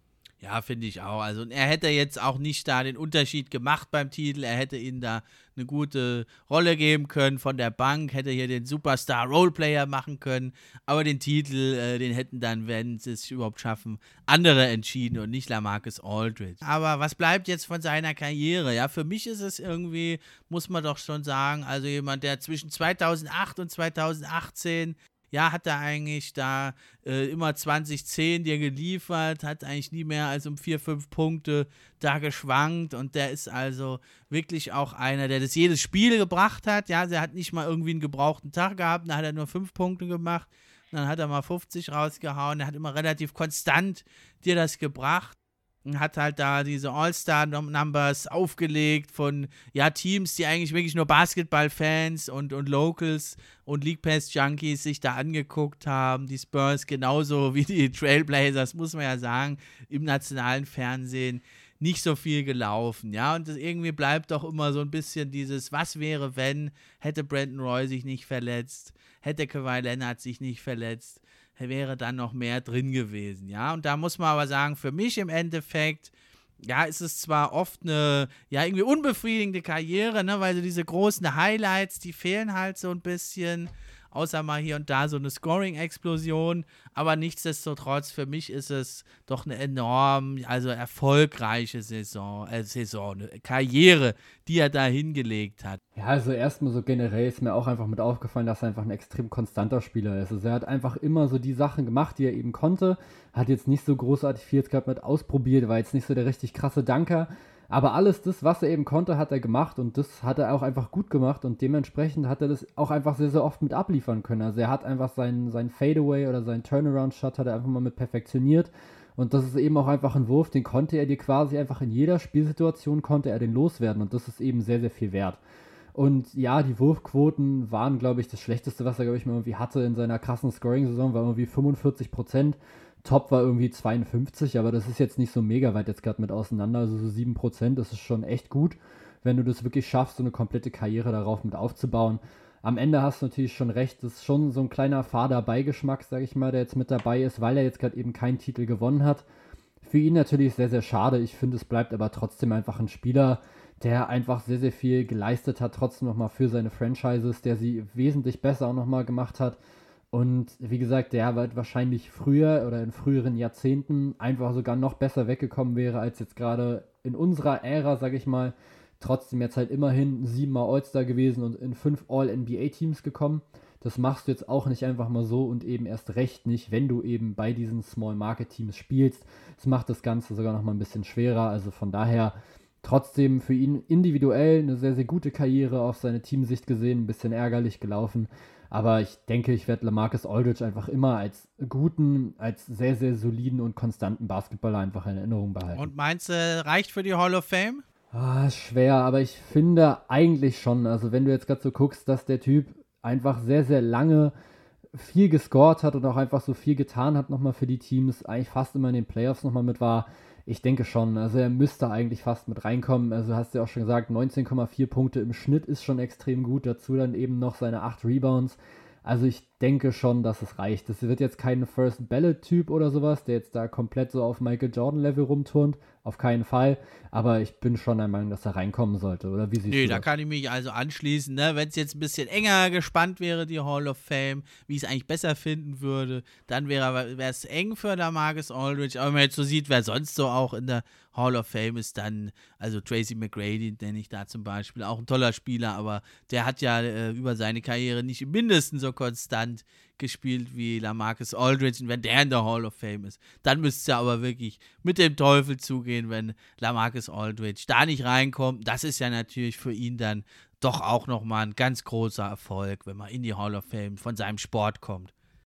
Ja, finde ich auch. Also er hätte jetzt auch nicht da den Unterschied gemacht beim Titel. Er hätte ihnen da eine gute Rolle geben können von der Bank, hätte hier den Superstar-Roleplayer machen können. Aber den Titel, den hätten dann, wenn sie es überhaupt schaffen, andere entschieden und nicht LaMarcus Aldridge. Aber was bleibt jetzt von seiner Karriere? Ja, für mich ist es irgendwie, muss man doch schon sagen, also jemand, der zwischen 2008 und 2018 ja, hat er eigentlich da immer 2010 dir geliefert, hat eigentlich nie mehr als um 4, 5 Punkte da geschwankt und der ist also wirklich auch einer, der das jedes Spiel gebracht hat. Ja, der hat nicht mal irgendwie einen gebrauchten Tag gehabt, da hat er nur 5 Punkte gemacht, dann hat er mal 50 rausgehauen, er hat immer relativ konstant dir das gebracht. Und hat halt da diese All-Star-Numbers aufgelegt von ja, Teams, die eigentlich wirklich nur Basketball-Fans und Locals und League Pass-Junkies sich da angeguckt haben. Die Spurs genauso wie die Trailblazers, muss man ja sagen, im nationalen Fernsehen nicht so viel gelaufen. Ja, und das irgendwie bleibt doch immer so ein bisschen dieses, was wäre, wenn, hätte Brandon Roy sich nicht verletzt, hätte Kawhi Leonard sich nicht verletzt, wäre dann noch mehr drin gewesen, ja, und da muss man aber sagen, für mich im Endeffekt, ja, ist es zwar oft eine, ja, irgendwie unbefriedigende Karriere, ne, weil so diese großen Highlights, die fehlen halt so ein bisschen, außer mal hier und da so eine Scoring-Explosion, aber nichtsdestotrotz, für mich ist es doch eine enorm, also erfolgreiche Saison, eine Karriere, die er da hingelegt hat. Ja, also erstmal so generell ist mir auch einfach mit aufgefallen, dass er einfach ein extrem konstanter Spieler ist. Also er hat einfach immer so die Sachen gemacht, die er eben konnte. Hat jetzt nicht so großartig viel jetzt gerade mit ausprobiert, war jetzt nicht so der richtig krasse Danker. Aber alles das, was er eben konnte, hat er gemacht und das hat er auch einfach gut gemacht und dementsprechend hat er das auch einfach sehr, sehr oft mit abliefern können. Also er hat einfach seinen Fadeaway oder seinen Turnaround-Shot hat er einfach mal mit perfektioniert und das ist eben auch einfach ein Wurf, den konnte er dir quasi einfach in jeder Spielsituation konnte er den loswerden und das ist eben sehr, sehr viel wert. Und ja, die Wurfquoten waren, glaube ich, das Schlechteste, was er, glaube ich, mal irgendwie hatte in seiner krassen Scoring-Saison, war irgendwie 45%. Top war irgendwie 52, aber das ist jetzt nicht so mega weit jetzt gerade mit auseinander. Also so 7%, das ist schon echt gut, wenn du das wirklich schaffst, so eine komplette Karriere darauf mit aufzubauen. Am Ende hast du natürlich schon recht, das ist schon so ein kleiner fader Beigeschmack, sage ich mal, der jetzt mit dabei ist, weil er jetzt gerade eben keinen Titel gewonnen hat. Für ihn natürlich sehr, sehr schade. Ich finde, es bleibt aber trotzdem einfach ein Spieler, der einfach sehr, sehr viel geleistet hat, trotzdem nochmal für seine Franchises, der sie wesentlich besser auch nochmal gemacht hat. Und wie gesagt, der wird wahrscheinlich früher oder in früheren Jahrzehnten einfach sogar noch besser weggekommen wäre, als jetzt gerade in unserer Ära, sage ich mal. Trotzdem jetzt halt immerhin 7-mal All-Star gewesen und in 5 All-NBA-Teams gekommen. Das machst du jetzt auch nicht einfach mal so und eben erst recht nicht, wenn du eben bei diesen Small-Market-Teams spielst. Das macht das Ganze sogar nochmal ein bisschen schwerer. Also von daher trotzdem für ihn individuell eine sehr, sehr gute Karriere auf seine Teamsicht gesehen, ein bisschen ärgerlich gelaufen. Aber ich denke, ich werde LaMarcus Aldridge einfach immer als guten, als sehr, sehr soliden und konstanten Basketballer einfach in Erinnerung behalten. Und meinst du, reicht für die Hall of Fame? Schwer, aber ich finde eigentlich schon. Also wenn du jetzt gerade so guckst, dass der Typ einfach sehr, sehr lange viel gescored hat und auch einfach so viel getan hat nochmal für die Teams, eigentlich fast immer in den Playoffs nochmal mit war. Ich denke schon, also er müsste eigentlich fast mit reinkommen. Also hast du ja auch schon gesagt, 19,4 Punkte im Schnitt ist schon extrem gut. Dazu dann eben noch seine 8 Rebounds. Also ich denke schon, dass es reicht. Das wird jetzt kein First-Ballot-Typ oder sowas, der jetzt da komplett so auf Michael Jordan-Level rumturnt. Auf keinen Fall. Aber ich bin schon der Meinung, dass er reinkommen sollte. Oder wie siehst du das? Da kann ich mich also anschließen. Ne? Wenn es jetzt ein bisschen enger gespannt wäre, die Hall of Fame, wie ich es eigentlich besser finden würde, dann wäre es eng für LaMarcus Aldridge. Aber wenn man jetzt so sieht, wer sonst so auch in der Hall of Fame ist, dann, also Tracy McGrady nenne ich da zum Beispiel, auch ein toller Spieler, aber der hat ja über seine Karriere nicht mindestens so konstant gespielt wie LaMarcus Aldridge. Und wenn der in der Hall of Fame ist, dann müsste es ja aber wirklich mit dem Teufel zugehen, wenn LaMarcus Aldridge da nicht reinkommt. Das ist ja natürlich für ihn dann doch auch nochmal ein ganz großer Erfolg, wenn man in die Hall of Fame von seinem Sport kommt.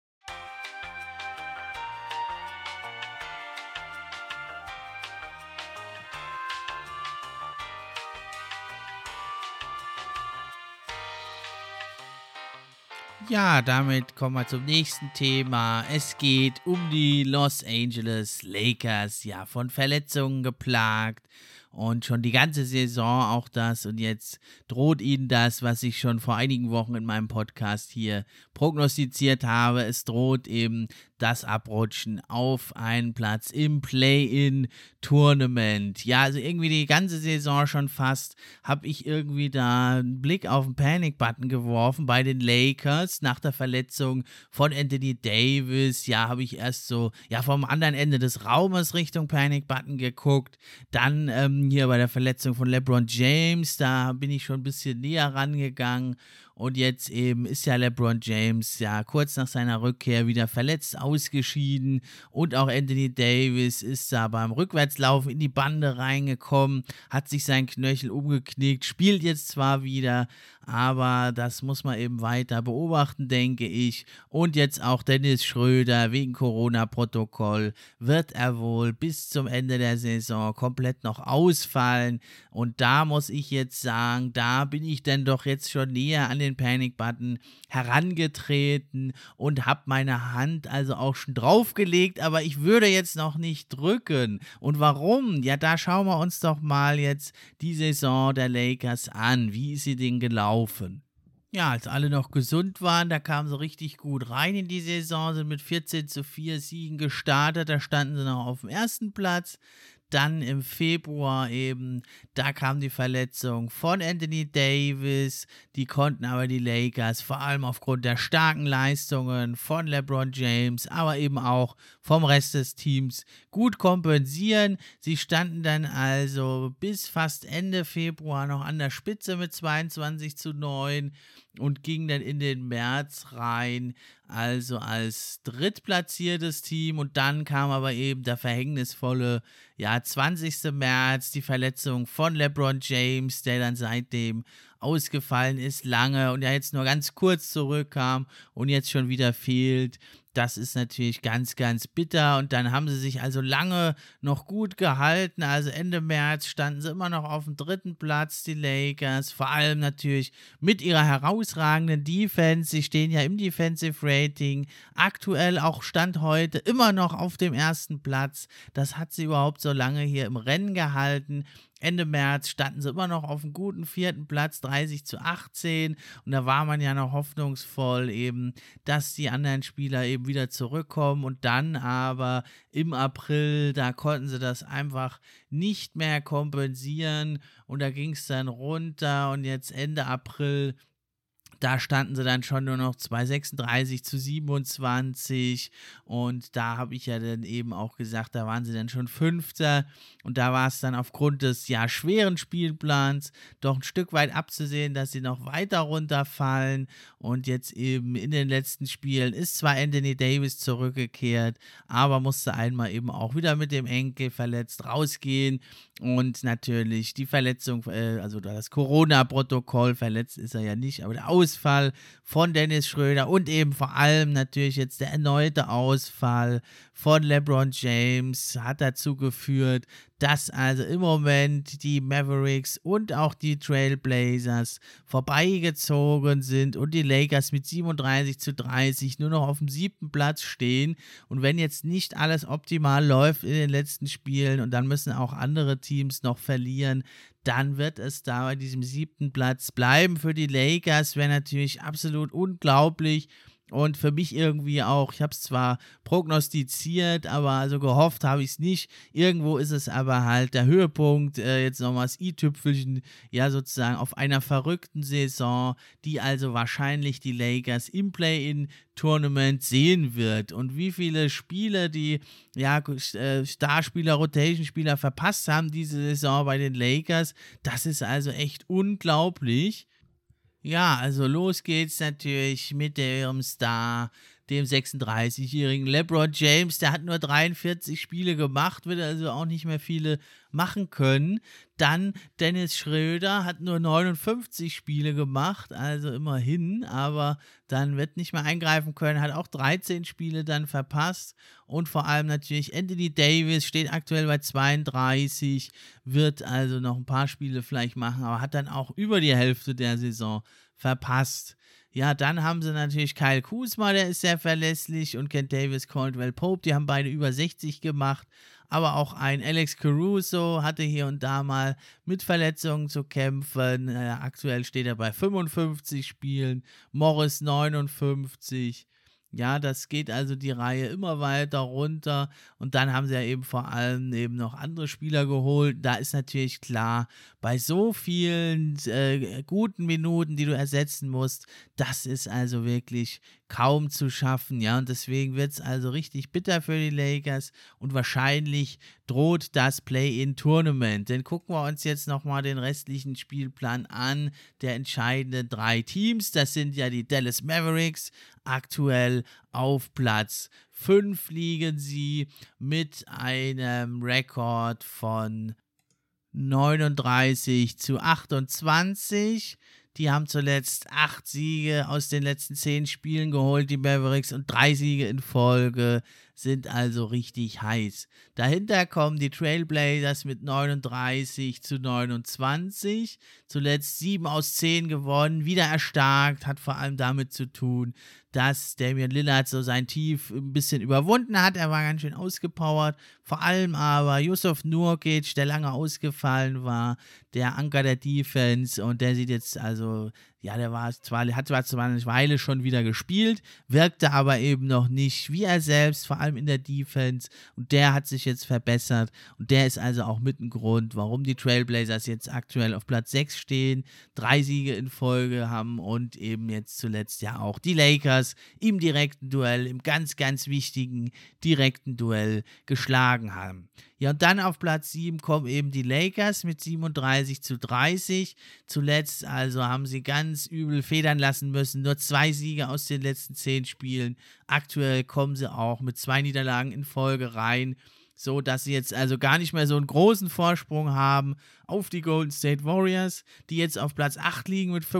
Ja, damit kommen wir zum nächsten Thema. Es geht um die Los Angeles Lakers, ja, von Verletzungen geplagt und schon die ganze Saison auch das. Und jetzt droht ihnen das, was ich schon vor einigen Wochen in meinem Podcast hier prognostiziert habe. Es droht eben das Abrutschen auf einen Platz im Play-in-Tournament. Ja, also irgendwie die ganze Saison schon fast habe ich irgendwie da einen Blick auf den Panic-Button geworfen bei den Lakers nach der Verletzung von Anthony Davis. Ja, habe ich erst so, ja, vom anderen Ende des Raumes Richtung Panic-Button geguckt. Dann hier bei der Verletzung von LeBron James, da bin ich schon ein bisschen näher rangegangen. Und jetzt eben ist ja LeBron James ja kurz nach seiner Rückkehr wieder verletzt ausgeschieden und auch Anthony Davis ist da beim Rückwärtslaufen in die Bande reingekommen, hat sich sein Knöchel umgeknickt, spielt jetzt zwar wieder, aber das muss man eben weiter beobachten, denke ich. Und jetzt auch Dennis Schröder wegen Corona-Protokoll wird er wohl bis zum Ende der Saison komplett noch ausfallen. Und da muss ich jetzt sagen, da bin ich dann doch jetzt schon näher an den Panic-Button herangetreten und habe meine Hand also auch schon draufgelegt, aber ich würde jetzt noch nicht drücken. Und warum? Ja, da schauen wir uns doch mal jetzt die Saison der Lakers an. Wie ist sie denn gelaufen? Ja, als alle noch gesund waren, da kamen sie richtig gut rein in die Saison, sind mit 14:4 Siegen gestartet, da standen sie noch auf dem ersten Platz. dann im Februar eben, da kam die Verletzung von Anthony Davis, die konnten aber die Lakers vor allem aufgrund der starken Leistungen von LeBron James, aber eben auch vom Rest des Teams gut kompensieren. Sie standen dann also bis fast Ende Februar noch an der Spitze mit 22:9 und gingen dann in den März rein, also als drittplatziertes Team, und dann kam aber eben der verhängnisvolle, 20. März, die Verletzung von LeBron James, der dann seitdem ausgefallen ist lange und ja jetzt nur ganz kurz zurückkam und jetzt schon wieder fehlt. Das ist natürlich ganz, ganz bitter, und dann haben sie sich also lange noch gut gehalten. Also Ende März standen sie immer noch auf dem 3. Platz, die Lakers, vor allem natürlich mit ihrer herausragenden Defense. Sie stehen ja im Defensive Rating aktuell, auch Stand heute, immer noch auf dem 1. Platz. Das hat sie überhaupt so lange hier im Rennen gehalten. Ende März standen sie immer noch auf einem guten 4. Platz, 30:18, und da war man ja noch hoffnungsvoll eben, dass die anderen Spieler eben wieder zurückkommen, und dann aber im April, da konnten sie das einfach nicht mehr kompensieren, und da ging es dann runter, und jetzt Ende April, da standen sie dann schon nur noch 36:27, und da habe ich ja dann eben auch gesagt, da waren sie dann schon Fünfter, und da war es dann aufgrund des schweren Spielplans doch ein Stück weit abzusehen, dass sie noch weiter runterfallen, und jetzt eben in den letzten Spielen ist zwar Anthony Davis zurückgekehrt, aber musste einmal eben auch wieder mit dem Enkel verletzt rausgehen, und natürlich die Verletzung, also das Corona-Protokoll, verletzt ist er ja nicht, aber der Ausfall von Dennis Schröder und eben vor allem natürlich jetzt der erneute Ausfall von LeBron James hat dazu geführt, dass also im Moment die Mavericks und auch die Trailblazers vorbeigezogen sind und die Lakers mit 37:30 nur noch auf dem 7. Platz stehen. Und wenn jetzt nicht alles optimal läuft in den letzten Spielen und dann müssen auch andere Teams noch verlieren, dann wird es da bei diesem 7. Platz bleiben für die Lakers. Wäre natürlich absolut unglaublich. Und für mich irgendwie auch, ich habe es zwar prognostiziert, aber also gehofft habe ich es nicht. Irgendwo ist es aber halt der Höhepunkt, jetzt nochmal das i-Tüpfelchen, sozusagen auf einer verrückten Saison, die also wahrscheinlich die Lakers im Play-In-Tournament sehen wird. Und wie viele Spiele die Starspieler, Rotation-Spieler verpasst haben diese Saison bei den Lakers, das ist also echt unglaublich. Ja, also los geht's natürlich mit ihrem Star, dem 36-jährigen LeBron James. Der hat nur 43 Spiele gemacht, wird also auch nicht mehr viele machen können. Dann Dennis Schröder hat nur 59 Spiele gemacht, also immerhin, aber dann wird nicht mehr eingreifen können, hat auch 13 Spiele dann verpasst, und vor allem natürlich Anthony Davis steht aktuell bei 32, wird also noch ein paar Spiele vielleicht machen, aber hat dann auch über die Hälfte der Saison verpasst. Ja, dann haben sie natürlich Kyle Kuzma, der ist sehr verlässlich, und Kentavious Caldwell-Pope, die haben beide über 60 gemacht, aber auch ein Alex Caruso hatte hier und da mal mit Verletzungen zu kämpfen. Aktuell steht er bei 55 Spielen, Morris 59. Ja, das geht also die Reihe immer weiter runter, und dann haben sie ja eben vor allem eben noch andere Spieler geholt. Da ist natürlich klar, bei so vielen guten Minuten, die du ersetzen musst, das ist also wirklich kaum zu schaffen, und deswegen wird es also richtig bitter für die Lakers, und wahrscheinlich droht das Play-In-Tournament. Denn gucken wir uns jetzt nochmal den restlichen Spielplan an, der entscheidenden 3 Teams, das sind ja die Dallas Mavericks, aktuell auf Platz 5 liegen sie mit einem Rekord von 39:28. Die haben zuletzt 8 Siege aus den letzten 10 Spielen geholt, die Mavericks, und 3 Siege in Folge, sind also richtig heiß. Dahinter kommen die Trailblazers mit 39:29, zuletzt 7 aus 10 gewonnen, wieder erstarkt, hat vor allem damit zu tun, dass Damian Lillard so sein Tief ein bisschen überwunden hat. Er war ganz schön ausgepowert. Vor allem aber Jusuf Nurkic, der lange ausgefallen war, der Anker der Defense, und der sieht jetzt also Ja, hat zwar eine Weile schon wieder gespielt, wirkte aber eben noch nicht wie er selbst, vor allem in der Defense. Und der hat sich jetzt verbessert. Und der ist also auch mit ein Grund, warum die Trailblazers jetzt aktuell auf Platz 6 stehen, 3 Siege in Folge haben und eben jetzt zuletzt ja auch die Lakers im direkten Duell, im ganz, ganz wichtigen direkten Duell geschlagen haben. Ja, und dann auf Platz 7 kommen eben die Lakers mit 37-30. Zuletzt also haben sie ganz übel federn lassen müssen. Nur 2 Siege aus den letzten 10 Spielen. Aktuell kommen sie auch mit 2 Niederlagen in Folge rein, so dass sie jetzt also gar nicht mehr so einen großen Vorsprung haben auf die Golden State Warriors, die jetzt auf Platz 8 liegen mit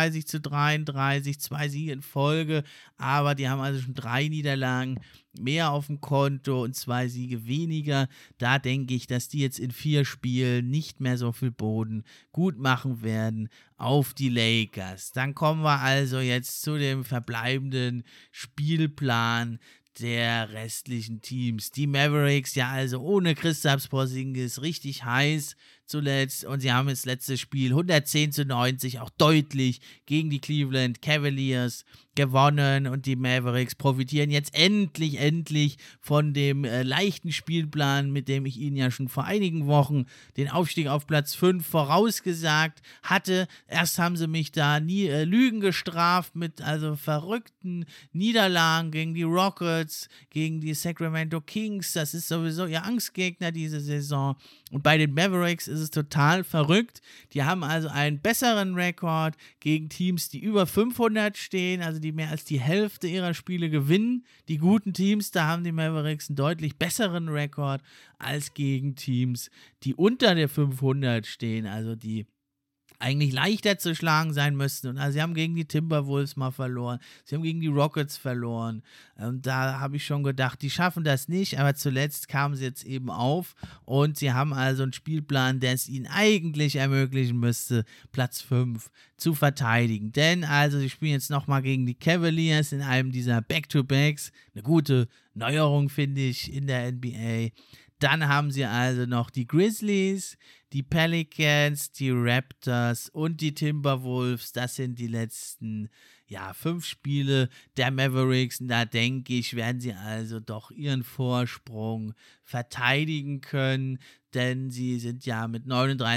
35-33, 2 Siege in Folge, aber die haben also schon 3 Niederlagen mehr auf dem Konto und 2 Siege weniger. Da denke ich, dass die jetzt in 4 Spielen nicht mehr so viel Boden gut machen werden auf die Lakers. Dann kommen wir also jetzt zu dem verbleibenden Spielplan der restlichen Teams. Die Mavericks, ja also ohne Kristaps Porzingis, richtig heiß zuletzt, und sie haben das letzte Spiel 110-90 auch deutlich gegen die Cleveland Cavaliers gewonnen, und die Mavericks profitieren jetzt endlich von dem leichten Spielplan, mit dem ich ihnen ja schon vor einigen Wochen den Aufstieg auf Platz 5 vorausgesagt hatte. Erst haben sie mich da Lügen gestraft mit also verrückten Niederlagen gegen die Rockets, gegen die Sacramento Kings. Das ist sowieso ihr Angstgegner diese Saison. Und bei den Mavericks ist es total verrückt. Die haben also einen besseren Rekord gegen Teams, die über 500 stehen, also die mehr als die Hälfte ihrer Spiele gewinnen. Die guten Teams, da haben die Mavericks einen deutlich besseren Rekord als gegen Teams, die unter der 500 stehen, also die eigentlich leichter zu schlagen sein müssten. Und also sie haben gegen die Timberwolves mal verloren, sie haben gegen die Rockets verloren. Da habe ich schon gedacht, die schaffen das nicht, aber zuletzt kamen sie jetzt eben auf und sie haben also einen Spielplan, der es ihnen eigentlich ermöglichen müsste, Platz 5 zu verteidigen. Denn also sie spielen jetzt nochmal gegen die Cavaliers in einem dieser Back-to-Backs. Eine gute Neuerung, finde ich, in der NBA. Dann haben sie also noch die Grizzlies, die Pelicans, die Raptors und die Timberwolves. Das sind die letzten 5 Spiele der Mavericks. Und da denke ich, werden sie also doch ihren Vorsprung verteidigen können, denn sie sind ja mit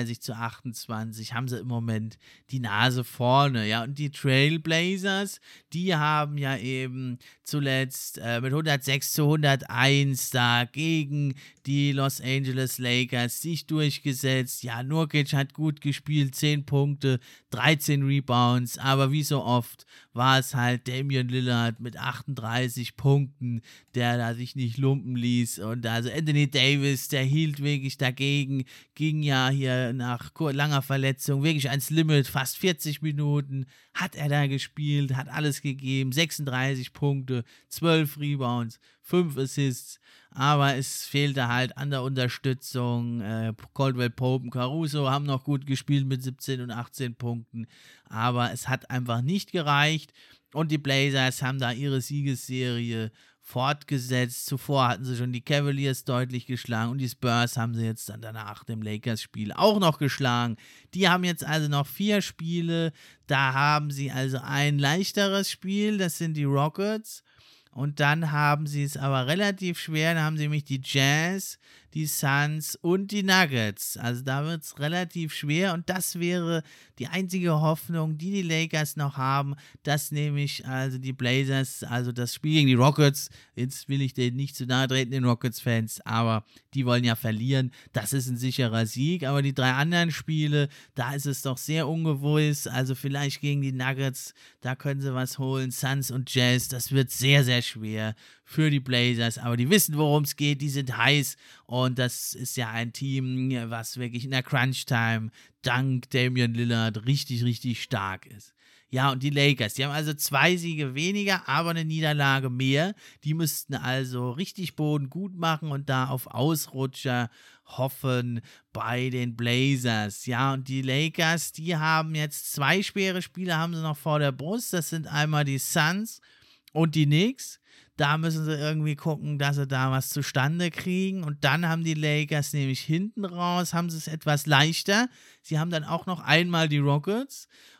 39-28, haben sie im Moment die Nase vorne. Ja, und die Trailblazers, die haben ja eben zuletzt mit 106-101 da gegen die Los Angeles Lakers sich durchgesetzt. Ja, Nurkic hat gut gespielt, 10 Punkte, 13 Rebounds, aber wie so oft war es halt Damian Lillard mit 38 Punkten, der da sich nicht lumpen ließ. Und also Anthony Davis, der hielt wirklich dagegen, ging ja hier nach langer Verletzung wirklich ans Limit, fast 40 Minuten hat er da gespielt, hat alles gegeben, 36 Punkte, 12 Rebounds, 5 Assists, aber es fehlte halt an der Unterstützung. Caldwell Pope und Caruso haben noch gut gespielt mit 17 und 18 Punkten, aber es hat einfach nicht gereicht, und die Blazers haben da ihre Siegesserie fortgesetzt. Zuvor hatten sie schon die Cavaliers deutlich geschlagen und die Spurs haben sie jetzt dann danach dem Lakers-Spiel auch noch geschlagen. Die haben jetzt also noch 4 Spiele, da haben sie also ein leichteres Spiel, das sind die Rockets. Und dann haben sie es aber relativ schwer, da haben sie nämlich die Jazz, die Suns und die Nuggets. Also da wird es relativ schwer, und das wäre die einzige Hoffnung, die die Lakers noch haben, dass nämlich also die Blazers, also das Spiel gegen die Rockets, jetzt will ich denen nicht zu nahe treten, den Rockets-Fans, aber die wollen ja verlieren, das ist ein sicherer Sieg, aber die 3 anderen Spiele, da ist es doch sehr ungewiss, also vielleicht gegen die Nuggets, da können sie was holen, Suns und Jazz, das wird sehr, sehr schwer für die Blazers, aber die wissen, worum es geht, die sind heiß, und das ist ja ein Team, was wirklich in der Crunch-Time dank Damian Lillard richtig, richtig stark ist. Ja, und die Lakers, die haben also 2 Siege weniger, aber eine Niederlage mehr. Die müssten also richtig Boden gut machen und da auf Ausrutscher hoffen bei den Blazers. Ja, und die Lakers, die haben jetzt 2 schwere Spiele, haben sie noch vor der Brust. Das sind einmal die Suns und die Knicks. Da müssen sie irgendwie gucken, dass sie da was zustande kriegen. Und dann haben die Lakers nämlich hinten raus, haben sie es etwas leichter. Sie haben dann auch noch einmal die Rockets.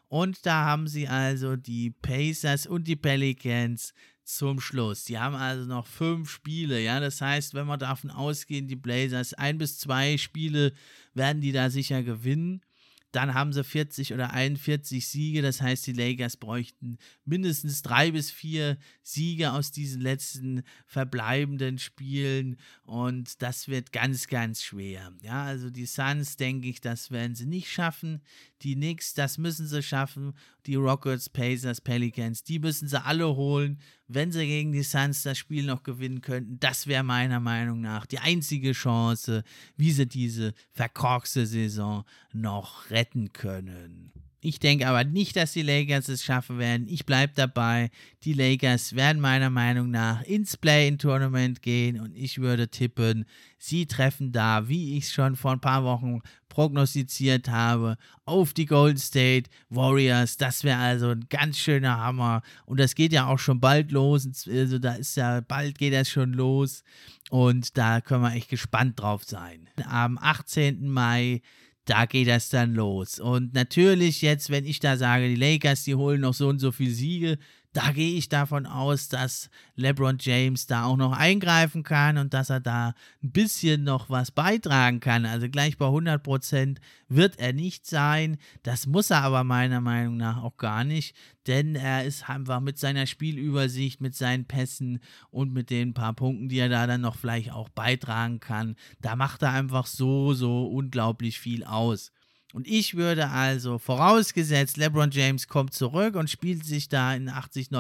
Und da haben sie also die Pacers und die Pelicans zum Schluss. Die haben also noch 5 Spiele, ja, das heißt, wenn wir davon ausgehen, die Blazers 1 bis 2 Spiele werden die da sicher gewinnen. Dann haben sie 40 oder 41 Siege, das heißt, die Lakers bräuchten mindestens 3 bis 4 Siege aus diesen letzten verbleibenden Spielen und das wird ganz, ganz schwer. Ja, also die Suns, denke ich, das werden sie nicht schaffen. Die Knicks, das müssen sie schaffen. Die Rockets, Pacers, Pelicans, die müssen sie alle holen. Wenn sie gegen die Suns das Spiel noch gewinnen könnten, das wäre meiner Meinung nach die einzige Chance, wie sie diese verkorkste Saison noch retten können. Ich denke aber nicht, dass die Lakers es schaffen werden. Ich bleibe dabei. Die Lakers werden meiner Meinung nach ins Play-in-Tournament gehen und ich würde tippen, sie treffen da, wie ich es schon vor ein paar Wochen prognostiziert habe, auf die Golden State Warriors. Das wäre also ein ganz schöner Hammer und das geht ja auch schon bald los. Also bald geht das schon los und da können wir echt gespannt drauf sein. Am 18. Mai da geht das dann los. Und natürlich jetzt, wenn ich da sage, die Lakers, die holen noch so und so viele Siege, da gehe ich davon aus, dass LeBron James da auch noch eingreifen kann und dass er da ein bisschen noch was beitragen kann. Also gleich bei 100% wird er nicht sein. Das muss er aber meiner Meinung nach auch gar nicht, denn er ist einfach mit seiner Spielübersicht, mit seinen Pässen und mit den paar Punkten, die er da dann noch vielleicht auch beitragen kann, da macht er einfach so unglaublich viel aus. Und ich würde also, vorausgesetzt, LeBron James kommt zurück und spielt sich da in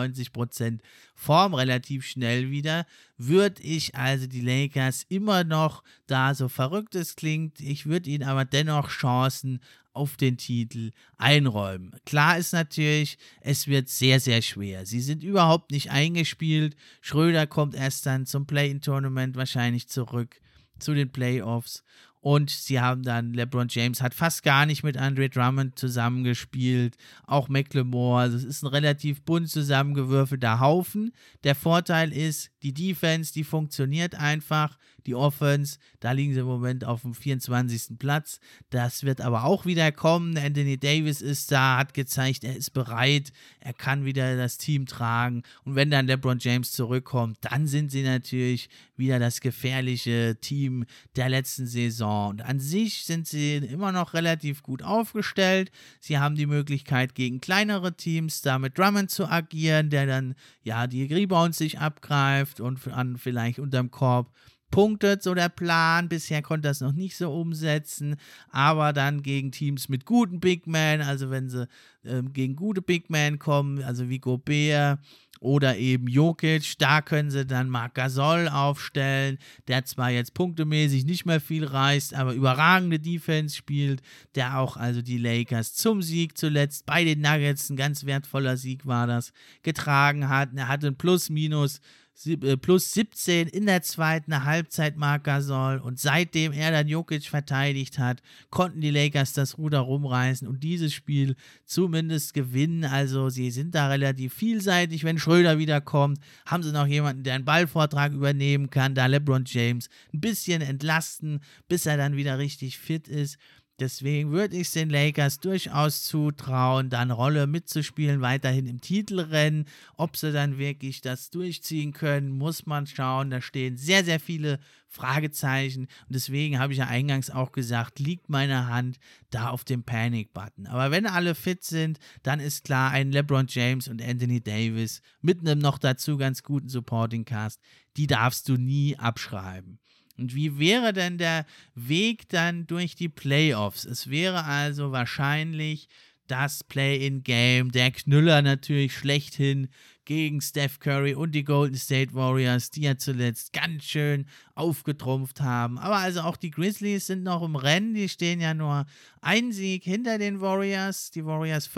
80-90% Form relativ schnell wieder, würde ich also die Lakers immer noch, da so verrückt es klingt, ich würde ihnen aber dennoch Chancen auf den Titel einräumen. Klar ist natürlich, es wird sehr, sehr schwer. Sie sind überhaupt nicht eingespielt. Schröder kommt erst dann zum Play-in-Tournament wahrscheinlich zurück, zu den Playoffs. Und sie haben dann, LeBron James hat fast gar nicht mit Andre Drummond zusammengespielt, auch McLemore, also es ist ein relativ bunt zusammengewürfelter Haufen. Der Vorteil ist, die Defense, die funktioniert einfach, die Offense, da liegen sie im Moment auf dem 24. Platz, das wird aber auch wieder kommen. Anthony Davis ist da, hat gezeigt, er ist bereit, er kann wieder das Team tragen und wenn dann LeBron James zurückkommt, dann sind sie natürlich wieder das gefährliche Team der letzten Saison. Und an sich sind sie immer noch relativ gut aufgestellt. Sie haben die Möglichkeit, gegen kleinere Teams da mit Drummond zu agieren, der dann ja die Rebounds sich abgreift und vielleicht unterm Korb punktet, so der Plan. Bisher konnte das noch nicht so umsetzen, aber dann gegen Teams mit guten Big Men, also wenn sie gegen gute Big Men kommen, also wie Gobert oder eben Jokic, da können sie dann Marc Gasol aufstellen, der zwar jetzt punktemäßig nicht mehr viel reißt, aber überragende Defense spielt, der auch also die Lakers zum Sieg zuletzt bei den Nuggets, ein ganz wertvoller Sieg war das, getragen hat. Er hatte ein Plus-Minus plus 17 in der zweiten Halbzeit Marc Gasol und seitdem er dann Jokic verteidigt hat, konnten die Lakers das Ruder rumreißen und dieses Spiel zumindest gewinnen. Also sie sind da relativ vielseitig. Wenn Schröder wiederkommt, haben sie noch jemanden, der einen Ballvortrag übernehmen kann, da LeBron James ein bisschen entlasten, bis er dann wieder richtig fit ist. Deswegen würde ich es den Lakers durchaus zutrauen, da eine Rolle mitzuspielen, weiterhin im Titelrennen. Ob sie dann wirklich das durchziehen können, muss man schauen. Da stehen sehr, sehr viele Fragezeichen. Und deswegen habe ich ja eingangs auch gesagt, liegt meine Hand da auf dem Panic-Button. Aber wenn alle fit sind, dann ist klar, ein LeBron James und Anthony Davis mit einem noch dazu ganz guten Supporting-Cast, die darfst du nie abschreiben. Und wie wäre denn der Weg dann durch die Playoffs? Es wäre also wahrscheinlich das Play-in-Game, der Knüller natürlich schlechthin gegen Steph Curry und die Golden State Warriors, die ja zuletzt ganz schön aufgetrumpft haben. Aber also auch die Grizzlies sind noch im Rennen, die stehen ja nur einen Sieg hinter den Warriors. Die Warriors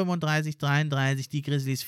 35-33, die Grizzlies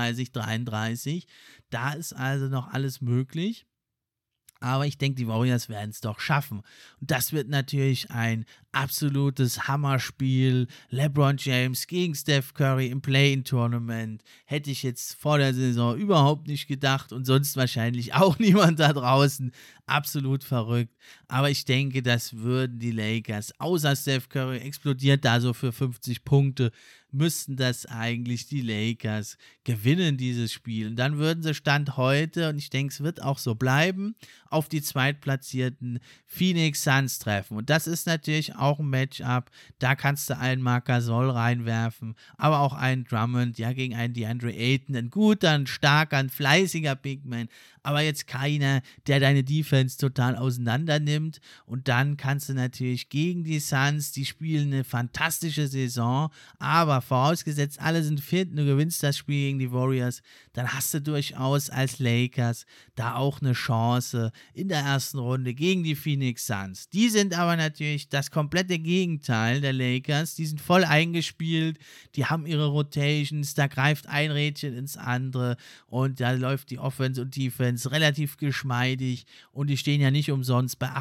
34-33. Da ist also noch alles möglich. Aber ich denke, die Warriors werden es doch schaffen. Und das wird natürlich ein absolutes Hammerspiel. LeBron James gegen Steph Curry im Play-in-Tournament. Hätte ich jetzt vor der Saison überhaupt nicht gedacht und sonst wahrscheinlich auch niemand da draußen. Absolut verrückt. Aber ich denke, das würden die Lakers, außer Steph Curry explodiert da so für 50 Punkte, müssten das eigentlich die Lakers gewinnen, dieses Spiel. Und dann würden sie Stand heute, und ich denke, es wird auch so bleiben, auf die zweitplatzierten Phoenix Suns treffen. Und das ist natürlich auch ein Matchup, da kannst du einen Marc Gasol reinwerfen, aber auch einen Drummond, ja, gegen einen DeAndre Ayton, ein guter, ein starker, ein fleißiger Big Man, aber jetzt keiner, der deine Defense total auseinander nimmt. Und dann kannst du natürlich gegen die Suns, die spielen eine fantastische Saison, aber vorausgesetzt, alle sind fit und du gewinnst das Spiel gegen die Warriors, dann hast du durchaus als Lakers da auch eine Chance in der ersten Runde gegen die Phoenix Suns. Die sind aber natürlich das komplette Gegenteil der Lakers, die sind voll eingespielt, die haben ihre Rotations, da greift ein Rädchen ins andere und da läuft die Offense und Defense relativ geschmeidig und die stehen ja nicht umsonst bei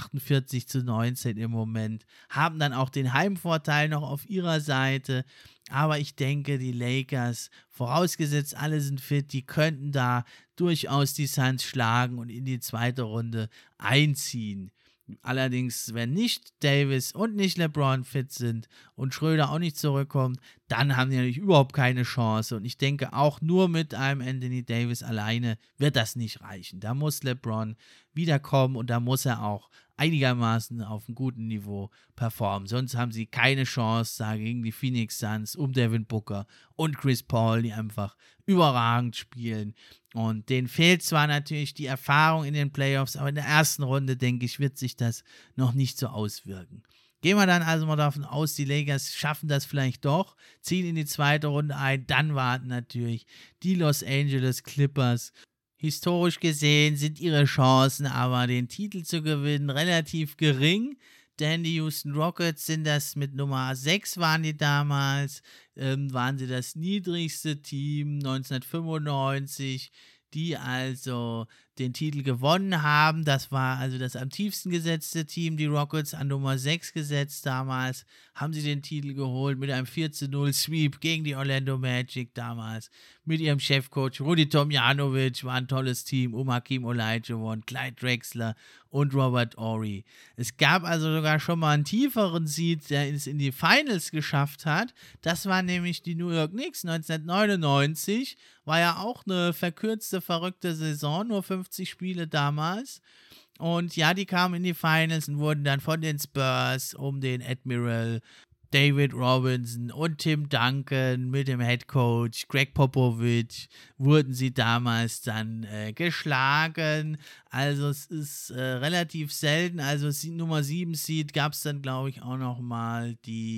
48-19 im Moment, haben dann auch den Heimvorteil noch auf ihrer Seite, aber ich denke, die Lakers, vorausgesetzt alle sind fit, die könnten da durchaus die Suns schlagen und in die zweite Runde einziehen. Allerdings, wenn nicht Davis und nicht LeBron fit sind und Schröder auch nicht zurückkommt, dann haben die natürlich überhaupt keine Chance. Und ich denke, auch nur mit einem Anthony Davis alleine wird das nicht reichen. Da muss LeBron wiederkommen und da muss er auch einigermaßen auf einem guten Niveau performen. Sonst haben sie keine Chance da gegen die Phoenix Suns um Devin Booker und Chris Paul, die einfach überragend spielen. Und denen fehlt zwar natürlich die Erfahrung in den Playoffs, aber in der ersten Runde, denke ich, wird sich das noch nicht so auswirken. Gehen wir dann also mal davon aus, die Lakers schaffen das vielleicht doch, ziehen in die zweite Runde ein, dann warten natürlich die Los Angeles Clippers. Historisch gesehen sind ihre Chancen aber, den Titel zu gewinnen, relativ gering, denn die Houston Rockets sind das mit Nummer 6 waren die damals, waren sie das niedrigste Team 1995, die also den Titel gewonnen haben. Das war also das am tiefsten gesetzte Team, die Rockets an Nummer 6 gesetzt damals, haben sie den Titel geholt mit einem 4-0 Sweep gegen die Orlando Magic damals, mit ihrem Chefcoach Rudy Tomjanovic, war ein tolles Team, Hakeem Olajuwon, Clyde Drexler und Robert Horry. Es gab also sogar schon mal einen tieferen Seed, der es in die Finals geschafft hat. Das waren nämlich die New York Knicks 1999, war ja auch eine verkürzte, verrückte Saison, nur 50 Spiele damals. Und ja, die kamen in die Finals und wurden dann von den Spurs um den Admiral David Robinson und Tim Duncan mit dem Headcoach Greg Popovich wurden sie damals dann geschlagen. Also es ist relativ selten. Also Nummer 7 Seed gab es dann, glaube ich, auch noch mal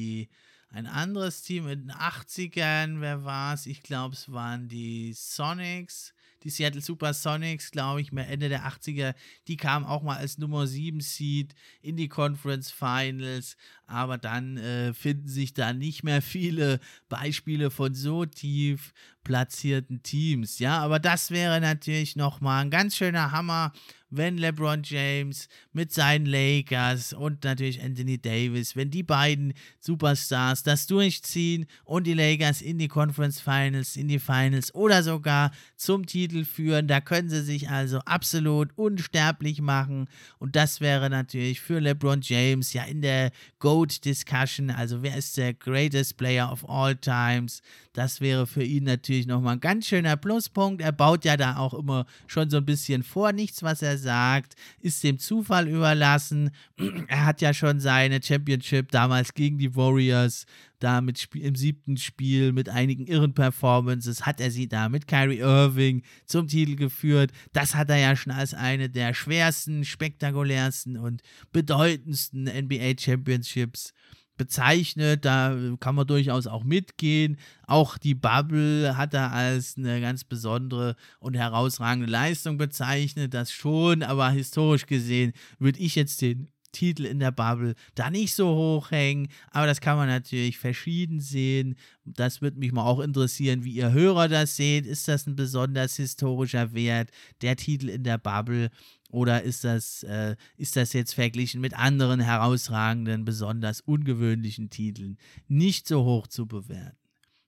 ein anderes Team in den 80ern. Wer war es? Ich glaube, es waren die Sonics. Die Seattle Supersonics, glaube ich, mehr Ende der 80er, die kamen auch mal als Nummer 7 Seed in die Conference Finals, aber dann finden sich da nicht mehr viele Beispiele von so tief platzierten Teams, ja, aber das wäre natürlich nochmal ein ganz schöner Hammer, wenn LeBron James mit seinen Lakers und natürlich Anthony Davis, wenn die beiden Superstars das durchziehen und die Lakers in die Conference Finals, in die Finals oder sogar zum Titel führen, da können sie sich also absolut unsterblich machen und das wäre natürlich für LeBron James ja in der GOAT-Discussion, also wer ist der greatest player of all times, das wäre für ihn natürlich nochmal ein ganz schöner Pluspunkt. Er baut ja da auch immer schon so ein bisschen vor. Nichts, was er sagt, ist dem Zufall überlassen. Er hat ja schon seine Championship damals gegen die Warriors, da im 7. Spiel mit einigen irren Performances, hat er sie da mit Kyrie Irving zum Titel geführt. Das hat er ja schon als eine der schwersten, spektakulärsten und bedeutendsten NBA Championships bezeichnet, da kann man durchaus auch mitgehen. Auch die Bubble hat er als eine ganz besondere und herausragende Leistung bezeichnet, das schon, aber historisch gesehen würde ich jetzt den Titel in der Bubble da nicht so hoch hängen, aber das kann man natürlich verschieden sehen. Das würde mich mal auch interessieren, wie ihr Hörer das seht. Ist das ein besonders historischer Wert, der Titel in der Bubble? Oder ist das jetzt verglichen mit anderen herausragenden, besonders ungewöhnlichen Titeln nicht so hoch zu bewerten?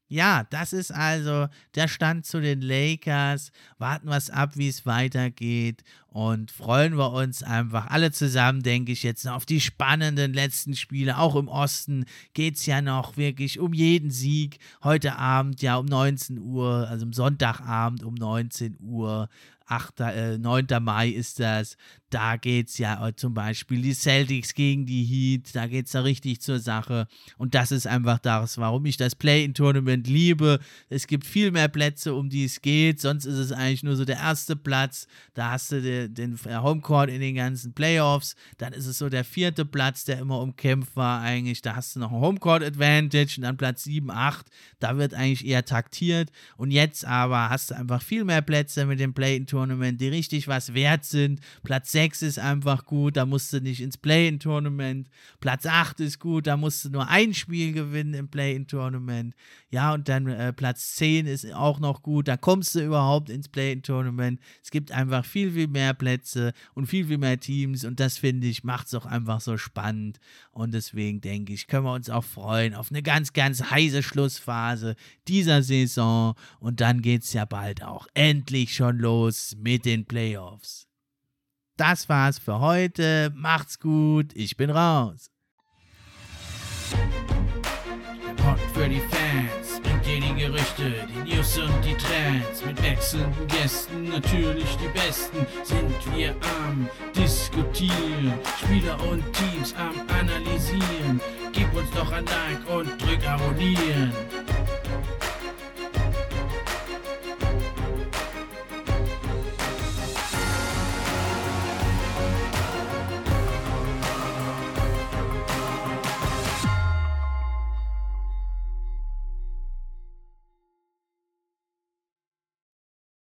Ja, das ist also der Stand zu den Lakers. Warten wir es ab, wie es weitergeht und freuen wir uns einfach alle zusammen, denke ich, jetzt noch auf die spannenden letzten Spiele. Auch im Osten geht es ja noch wirklich um jeden Sieg. Heute Abend ja um 19 Uhr, also am Sonntagabend um 19 Uhr. 9. Mai ist das. Da geht es ja zum Beispiel die Celtics gegen die Heat. Da geht es da richtig zur Sache. Und das ist einfach das, warum ich das Play-in-Tournament liebe. Es gibt viel mehr Plätze, um die es geht. Sonst ist es eigentlich nur so der erste Platz. Da hast du den Homecourt in den ganzen Playoffs. Dann ist es so der 4. Platz, der immer umkämpft war eigentlich. Da hast du noch ein Homecourt-Advantage und dann Platz 7, 8. Da wird eigentlich eher taktiert. Und jetzt aber hast du einfach viel mehr Plätze mit dem Play-in-Tournament, die richtig was wert sind. Platz 6 ist einfach gut, da musst du nicht ins Play-in-Tournament. Platz 8 ist gut, da musst du nur ein Spiel gewinnen im Play-in-Tournament. Ja, und dann Platz 10 ist auch noch gut, da kommst du überhaupt ins Play-in-Tournament. Es gibt einfach viel, viel mehr Plätze und viel, viel mehr Teams und das, finde ich, macht es auch einfach so spannend. Und deswegen denke ich, können wir uns auch freuen auf eine ganz, ganz heiße Schlussphase dieser Saison. Und dann geht es ja bald auch endlich schon los mit den Playoffs. Das war's für heute. Macht's gut. Ich bin raus. Der Pod für die Fans bringt dir die Gerüchte, die News und die Trends. Mit wechselnden Gästen, natürlich die Besten, sind wir am Diskutieren. Spieler und Teams am Analysieren. Gib uns doch ein Like und drück Abonnieren.